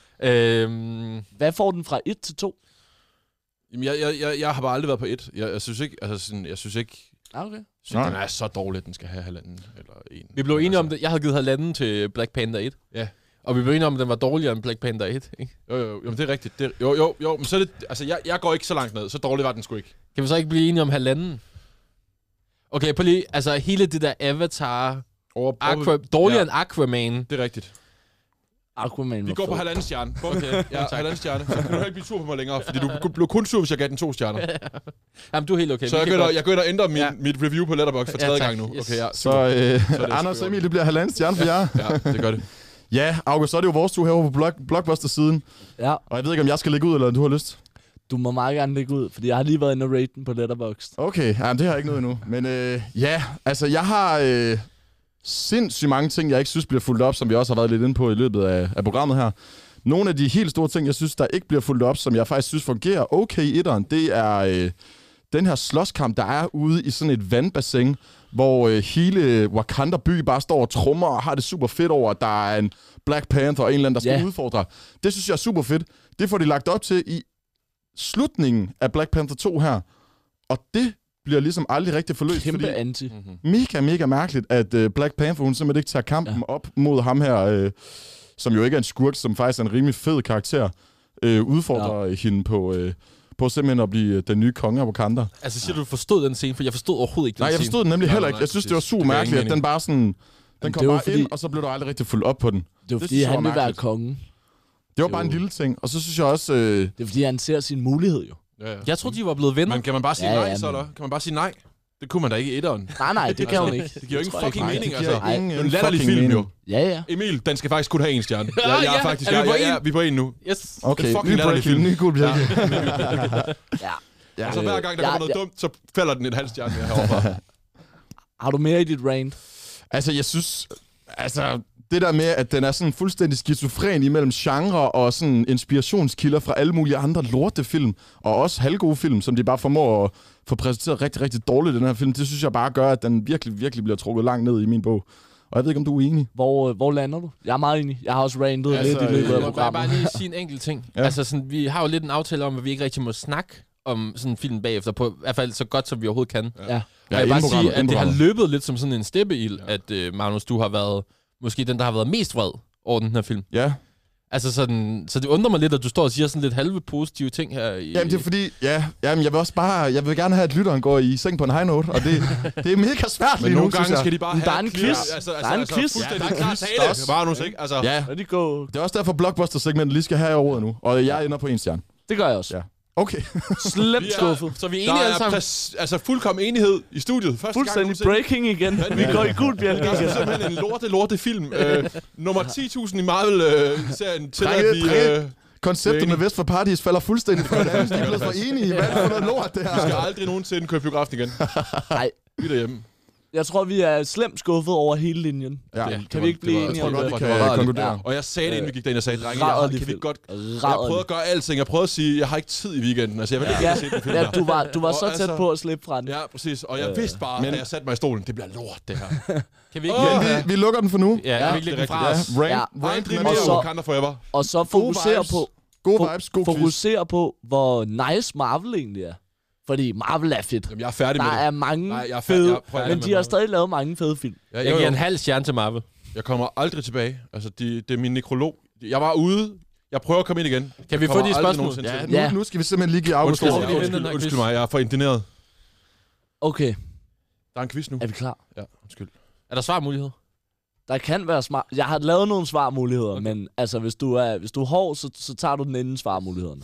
Hvad får den fra 1 til 2? Jamen, jeg har bare aldrig været på 1. Jeg synes ikke... Altså, sådan, jeg synes ikke... Okay. Den er så dårlig, at den skal have 1,5 eller 1. Vi blev enige om det. Jeg havde givet 1,5 til Black Panther 1. Ja. Og vi blev enige om, at den var dårligere end Black Panther 1, ikke? Jo, men det er rigtigt. Jo, men så er det... Altså, jeg går ikke så langt ned. Så dårlig var den sgu ikke. Kan vi så ikke blive enige om 1,5? Okay, på lige... Altså, hele det der Avatar... dårligere end Aquaman. Det er rigtigt. Aquaman vi går på 1,5 stjerne. Okay, ja, 1,5 stjerne. Så kan du ikke blive sur på mig længere, fordi du blev kun sur, hvis jeg gav den 2 stjerner. Jamen, du er helt okay. Så jeg går ind og ændrer mit review på Letterboxd for 3. gang nu. Yes. Okay, ja. Så Anders og Emil, det bliver 1,5 stjerne for jer. Ja, det gør det. Ja, August, så er det jo vores tur herovre på Blockbuster-siden. Ja. Og jeg ved ikke, om jeg skal lægge ud, eller du har lyst. Du må meget gerne lægge ud, fordi jeg har lige været inde og rate den på Letterboxd. Okay, det har jeg ikke noget endnu. Men altså, jeg har sindssygt mange ting, jeg ikke synes bliver fulgt op, som vi også har været lidt inde på i løbet af programmet her. Nogle af de helt store ting, jeg synes, der ikke bliver fulgt op, som jeg faktisk synes fungerer okay i etteren, det er den her slåskamp, der er ude i sådan et vandbassin, hvor hele Wakanda by bare står og trommer og har det super fedt over, at der er en Black Panther og en eller anden, der skal udfordre. Det synes jeg er super fedt. Det får de lagt op til i slutningen af Black Panther 2 her. Og det bliver ligesom aldrig rigtig forløst. Kæmpe anti. Mega mærkeligt, at Black Panther, hun simpelthen ikke tager kampen op mod ham her, som jo ikke er en skurk, som faktisk er en rimelig fed karakter, udfordrer hende på simpelthen at blive den nye konge af Wakanda. Altså siger du forstod den scene? For jeg forstod overhovedet ikke den scene. Nej, jeg forstod den nemlig heller ikke. Jeg synes, det var super mærkeligt, at den bare sådan... Den kom bare ind, og så blev der aldrig rigtig fuldt op på den. Det var fordi, han ville være kongen. Det var bare en lille ting. Og så synes jeg også... Det er fordi, han ser sin mulighed jo. Ja. Jeg troede, de var blevet venner. Men kan man bare sige nej, så eller? Kan man bare sige nej? Det kunne man da ikke i etteren. Nej, det kan hun ikke. Det giver jo ingen fucking mening, altså. Det er en latterlig film, jo. Ja. Emil, den skal faktisk kun have 1 stjerne. Jeg er faktisk... Vi er på 1 nu. Yes. Okay, ny breaking, ny gul bjælke. Ja. Og så hver gang, der kommer noget dumt, så falder den 1,5 stjerne herovre. Har du mere i dit rant? Altså, jeg synes... Altså, det der med, at den er sådan fuldstændig skizofren imellem genre og sådan inspirationskilder fra alle mulige andre lortefilm, og også halvgode film, som de bare formår at få præsenteret rigtig, rigtig dårligt i den her film, det synes jeg bare gør, at den virkelig, virkelig bliver trukket langt ned i min bog. Og jeg ved ikke, om du er enig. Hvor lander du? Jeg er meget enig. Jeg har også rantet lidt i løbet af programmet. Jeg bare lige sige en enkelt ting. Ja. Altså, sådan, vi har jo lidt en aftale om, at vi ikke rigtig må snakke om sådan en film bagefter, på i hvert fald så godt, som vi overhovedet kan. Ja. Jeg vil bare sige, at det har løbet lidt som sådan en steppeild, at Magnus, du har været måske den, der har været mest vred over den her film. Ja. Altså sådan, så det undrer mig lidt, at du står og siger sådan lidt halve positive ting her. Jamen det er fordi, jamen jeg vil gerne have, at lytteren går i seng på en high note, og det er mega svært lige nu, nogle gange skal de bare have... Der er en quiz. Der er en quiz. Fuldstændig klar tale. Magnus, ikke? Altså, det er også derfor Blockbuster-segmentet lige skal have over nu, og jeg ender på 1 stjerne. Det gør jeg også. Ja. Okay. Slemt skuffet. Så vi er Der enige alle er sammen. fuldkommen enighed i studiet. Første Fuldstændig gang breaking igen. Vi går i gul bjælke Det er igen. simpelthen en lorte film. Nummer 10.000 i Marvel-serien til at vi... Konceptet med Vest for Paradis falder fuldstændig fra hinanden. De er blevet for enige. Hvad er det for noget lort, det Vi her? skal aldrig nogensinde købe biografen igen. Nej. Vi er derhjemme. Jeg tror, vi er slemt skuffet over hele linjen. Ja, Kan vi ikke blive enige om det? kan konkludere. Og jeg sagde det, inden vi gik derind, jeg sagde, drenge, kan vi godt... Jeg prøvede at gøre alting. Jeg prøvede at sige, jeg har ikke tid i weekenden. Altså, jeg vil ikke se den film Ja, her. du var så Og tæt altså- på at slippe fra den. Ja, præcis. Og jeg vidste bare, da jeg satte mig i stolen, det bliver lort, det her. Kan vi ikke... Men vi lukker den for nu. Ja, kan vi ikke lægge den fra os? Aldrig Og mere så- Wakanda Forever. Og så fokusere på, Gode vibes, god quiz. fokusere på, hvor nice Marvel egentlig er. Fordi Marvel er fedt. Jamen, jeg er færdig Der med det. er mange Nej, jeg er færdig. fede, Jeg prøver men med de har Marvel. stadig lavet mange fede film. Ja, Jeg giver en halv stjerne til Marvel. Jeg kommer aldrig tilbage. Altså, det er min nekrolog. Jeg var ude. Jeg prøver at komme ind igen. Kan vi få de spørgsmål? Ja, nu skal vi simpelthen lige give August Undskyld. ordet. Undskyld mig, jeg er for indigneret. Okay, Der er en quiz nu. er vi klar? Ja, undskyld. Er der svarmulighed? Der kan være smart. Jeg har lavet nogle svarmuligheder, men altså, hvis du er hård, så tager du den inden svarmulighederne.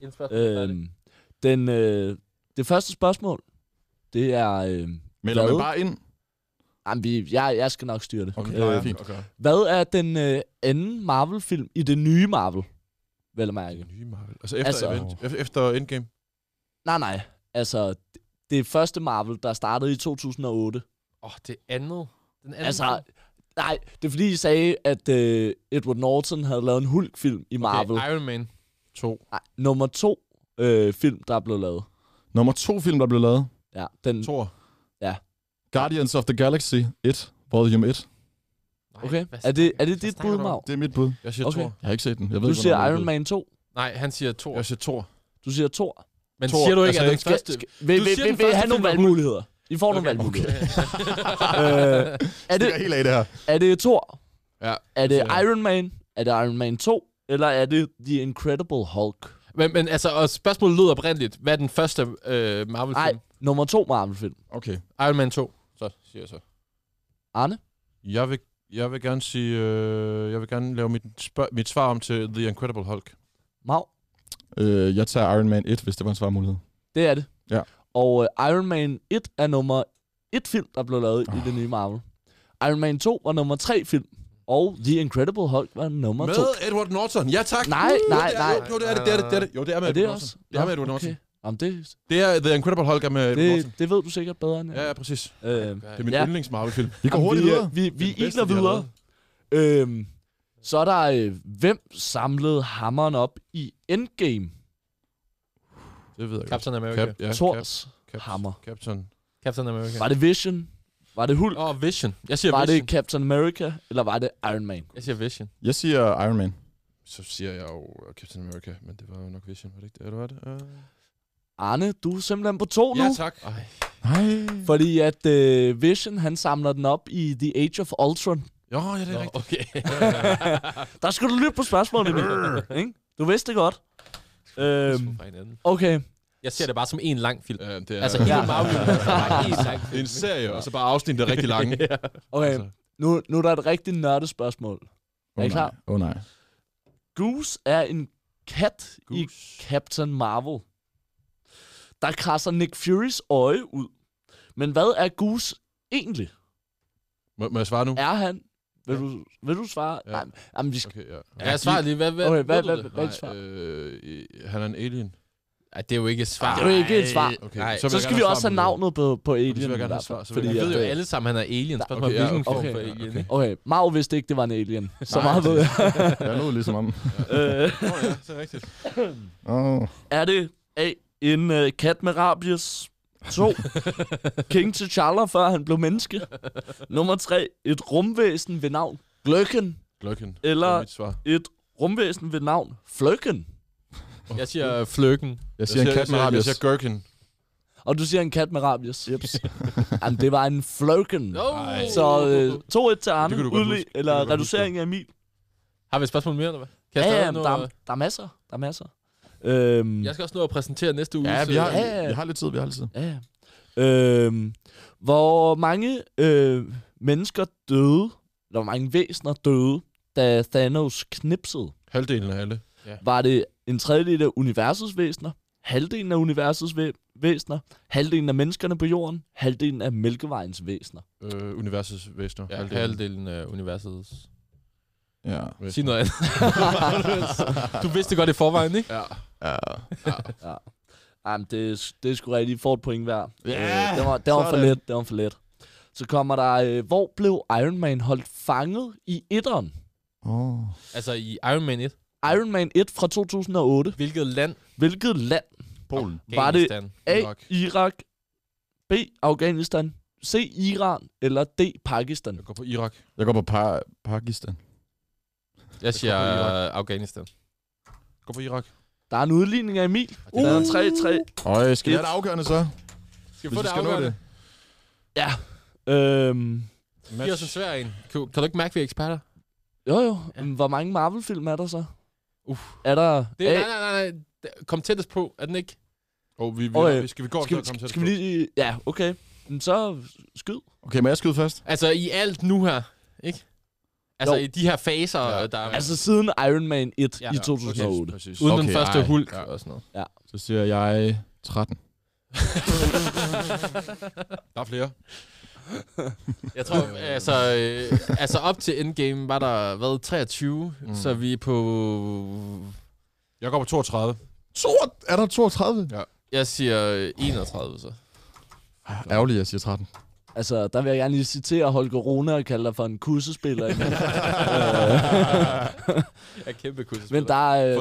Det første spørgsmål, det er... Melder Hvad? vi bare ind? Jamen, jeg skal nok styre det. Okay, fint. Okay. Hvad er den anden Marvel-film i det nye Marvel? Vel at mærke. Nye Marvel. Altså efter Altså- efter Endgame. Nej. Altså, det første Marvel, der startede i 2008. Det andet. Den anden Altså, nej, det er fordi, I sagde, at Edward Norton havde lavet en Hulk-film i Marvel. Okay, Iron Man 2. Nej, nummer 2 film, der er blevet lavet. Nummer 2 film, der blev lavet. Ja, den... Thor. Guardians of the Galaxy 1, Volume 1. Okay, er det dit bud, Mav? Det er mit bud. Jeg siger Okay. Thor. Jeg har ikke set den. Jeg ved Du ikke, siger hvornår den er Iron Man 2. Nej, han siger Thor. Jeg siger Thor. Du siger Thor. Men Thor. siger du ikke, Altså, at den skal- første... Vil Du siger den I første have nogle film, der er valgmuligheder? I får nogle valgmuligheder. er, Det det, er helt af det her. er det Thor? Ja. Er det Så- Iron Man? Er det Iron Man 2? Eller er det The Incredible Hulk? Men altså, og spørgsmålet lød oprindeligt. Hvad er den første Marvel-film? Nej, nummer 2 Marvel-film. Okay. Iron Man 2. Så siger jeg så. Arne? Jeg vil gerne sige... jeg vil gerne lave mit svar om til The Incredible Hulk. Mav? Jeg tager Iron Man 1, hvis det var en svarmulighed. Det er det. Ja. Og Iron Man 1 er nummer 1 film, der blev lavet i det nye Marvel. Iron Man 2 var nummer 3 film. Og The Incredible Hulk var nummer 2. Med Edward Norton. Ja, tak. Nej. Jo, det er det. Jo, det er med Er det Edward også? Norton. Det er med Edward Norton. Okay. Jamen, Det er The Incredible Hulk er med Edward Norton. det ved du sikkert bedre end jeg. Ja, præcis. Øh, Det er min Ja. yndlings Marvel-film. Vi går hurtigt videre. Vi Det bedste, iler de har videre. Så er der, hvem samlede hammeren op i Endgame? Det ved jeg Captain America. Thors Cap- hammer. Captain America. Var det Vision? Var det Hulk? Vision. Jeg siger Var Vision. det Captain America? Eller var det Iron Man? Jeg siger Vision. Jeg siger Iron Man. Så siger jeg jo Captain America, men det var jo nok Vision, var det ikke det? Eller var det? Arne, du er simpelthen på 2 nu. Ja, tak. Nej. Fordi at Vision, han samler den op i The Age of Ultron. Jo, ja, det er rigtigt. Okay. Der skulle du lytte på spørgsmålet, Emil. Ikke? Du vidste det godt. Okay. Jeg ser det bare som en lang film. Det er, Altså, hele Marvel er bare en lang det er en serie, og så bare afsnit, der er rigtig lange. Okay, Altså. nu er der et rigtig nørdet spørgsmål. Er I klar? Nej. Goose er en kat i Captain Marvel. Der krasser Nick Furys øje ud. Men hvad er Goose egentlig? Må jeg svare nu? Er han... Vil du svare? Ja. Nej, jamen, vi skal... Okay, ja. Ja, jeg svarer lige. Hvad Okay, ved hvad du det? er dit svar? Han er en alien. Ej, det er jo ikke et svar. Det er jo ikke et svar. Okay, Nej. vil Så jeg skal gerne vi have også have svarmuligheder. navnet på Alien. vil jeg gerne i have hvert svar, fald, så vil fordi jeg Vi ved jo at, alle sammen, han er alien. Spørgsmål, Okay, ja, hvilken form okay. for alien. Okay. Okay, Mav vidste ikke, det var en alien. Så Nej, meget ved jeg. Jeg lød ligesom om. Ja, det er rigtigt. Er det A, en kat med rabies? 2. King T'Challa, før han blev menneske? Nummer 3. Et rumvæsen ved navn Gløkken? Gløkken. Eller- Det er mit svar. Et rumvæsen ved navn Fløkken? Jeg siger Fløkken. Jeg siger en kat med Jeg rabies. siger Gherkin. Og du siger en kat med rabies? Jeps. Jamen, det var en Fløkken. No. Så 2-1 til Arne, Det kan du godt huske. Det kan eller du godt reducering af Emil. Har vi et spørgsmål mere, eller hvad? Kan jeg Ja, stadig ja, nå der at- er masser. Der er masser. Jeg skal også nå at præsentere næste uge. Ja, vi har, Ja. vi har lidt tid, vi har lidt tid. Ja. Hvor mange mennesker døde, eller hvor mange væsener døde, da Thanos knipsede? Halvdelen af alle. Var det en tredjedel af universets væsener, halvdelen af universets væsener, halvdelen af menneskerne på jorden, halvdelen af Mælkevejens væsener. Universets væsener. Ja, halvdelen af universets... Ja. Sig noget andet. Du vidste godt i forvejen, ikke? Ja. Jamen, det er sgu rigtigt. For et point hver. Ja, det var for let. Det var for let. Så kommer der, hvor blev Iron Man holdt fanget i 1'eren? Altså i Iron Man 1. Iron Man 1 fra 2008. Hvilket land? Polen. Var det A. Irak, B. Afghanistan, C. Iran eller D. Pakistan? Jeg går på Irak. Jeg går på Pakistan. Jeg siger Afghanistan. Gå på Irak. Der er en udligning af Emil. Der er 3-3. Skal jeg have det afgørende så? Skal vi få det afgørende? Ja. Det er så svær en. Kan du ikke mærke, vi er eksperter? Jo. Ja. Hvor mange Marvel-film er der så? Er der... Nej. Kom tættest på. Er den ikke? Skal vi gå og komme tættest på? Skal vi lige... Ja, okay. Så skyd. Okay, må jeg skyde først? Altså i alt nu her, ikke? Altså i de her faser, der er... Altså siden Iron Man 1 i 2008. Præcis. Uden den første Hulk og sådan noget. Ja. Så siger jeg 13. Der er flere. Jeg tror, altså op til Endgame var der, 23? Så vi er på... Jeg går på 32. Er der 32? Ja. Jeg siger 31, så. Ærgerligt, jeg siger 13. Altså, der vil jeg gerne lige citere Holger Rune og kalde dig for en kussespiller. Jeg er kæmpe kussespiller. Men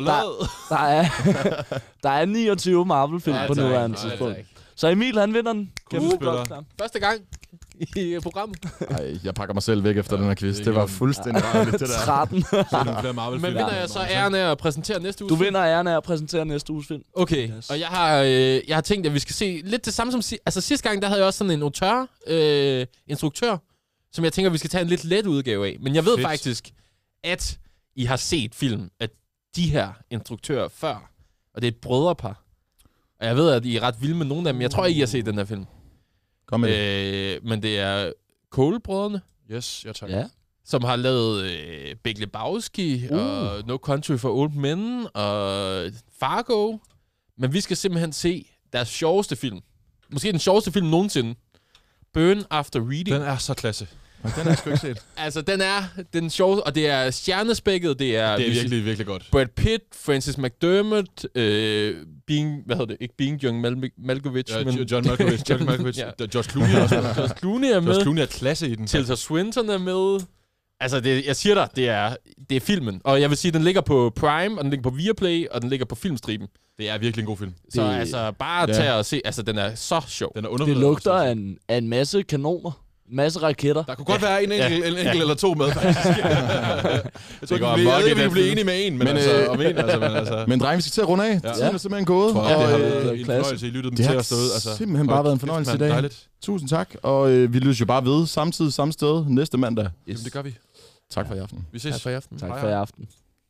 der er 29 Marvel-film på nuværende tidspunkt. Så Emil, han vinder den. Kæmpe spiller. Første gang i programmet. Ej, jeg pakker mig selv væk efter den her quiz. Det var fuldstændig rarligt, det der. 13. Men vinder jeg så æren af at præsentere næste uges film? Du vinder æren af at præsentere næste uges film. Okay, yes. Og jeg har tænkt, at vi skal se lidt det samme som... Altså sidste gang, der havde jeg også sådan en instruktør, som jeg tænker, vi skal tage en lidt let udgave af. Men jeg ved faktisk, at I har set film af de her instruktører før. Og det er et brødrepar. Og jeg ved, at I er ret vilde med nogle af dem. Jeg tror ikke, I har set den her film. Kom med det. Men det er Cole-brødrene. Yes, jeg tager. Ja. Som har lavet Big Lebowski og No Country for Old Men og Fargo. Men vi skal simpelthen se deres sjoveste film. Måske den sjoveste film nogensinde. Burn After Reading. Den er så klasse. Den er sgu ikke set. Altså, den er den sjoveste, og det er stjernespækket. Det er virkelig, virkelig godt. Brad Pitt, Francis McDermott, Being John Malkovich. Ja, John Malkovich. John Malkovich. Ja. George Clooney er også med. George Clooney er med. George Clooney er klasse i den. Tilda Swinton er med. Altså, jeg siger dig, det er filmen. Og jeg vil sige, den ligger på Prime, og den ligger på Viaplay, og den ligger på Filmstriben. Det er virkelig en god film. Så altså, bare tage og se. Altså, den er så sjov. Den er det lugter af en masse kanoner. En masse raketter. Der kunne godt være en enkelt eller to med, faktisk. Jeg tror ikke, vi bliver enige med en, men drenge, vi skal til at runde af. Ja. Tiden er simpelthen gået. Det er en fornøjelse, I lyttede til os derude. Det har simpelthen bare været en fornøjelse i dag. Dejligt. Tusind tak, og vi lyttes jo bare ved samtidig samme sted næste mandag. Jamen, det gør vi. Tak for i aften. Vi ses. Tak for i aften. Tak for i aften.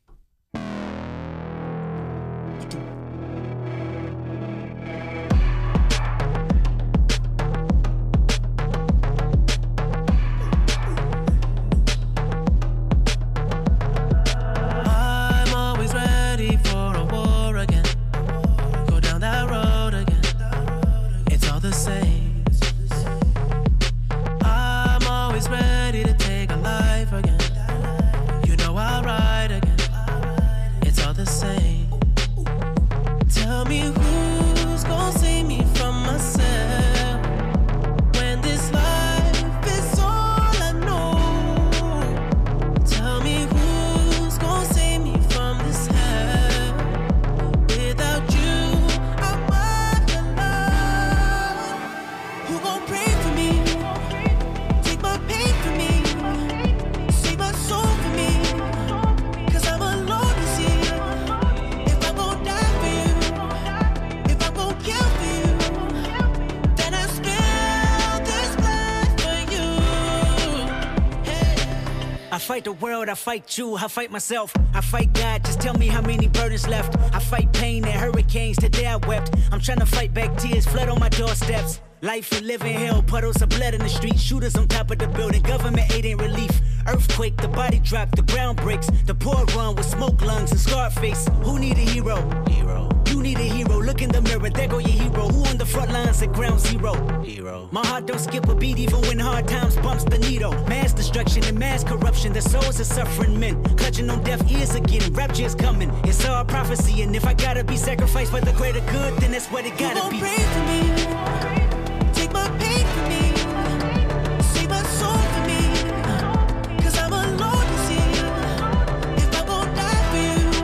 I fight you, I fight myself, I fight God, just tell me how many burdens left. I fight pain and hurricanes, today I wept. I'm trying to fight back tears, flood on my doorsteps. Life and living hell, puddles of blood in the street, shooters on top of the building, government aid ain't relief. Earthquake, the body drop, the ground breaks, the poor run with smoke lungs and scarred face. Who need a hero? You need a hero. Look in the mirror, there go your hero. Who on the front lines at ground zero? Hero. My heart don't skip a beat even when hard times bumps the needle. Mass destruction and mass corruption, the souls of suffering men. Clutching on deaf ears again, rapture's coming. It's all prophecy, and if I gotta be sacrificed for the greater good, then that's what it gotta be. Pray for me.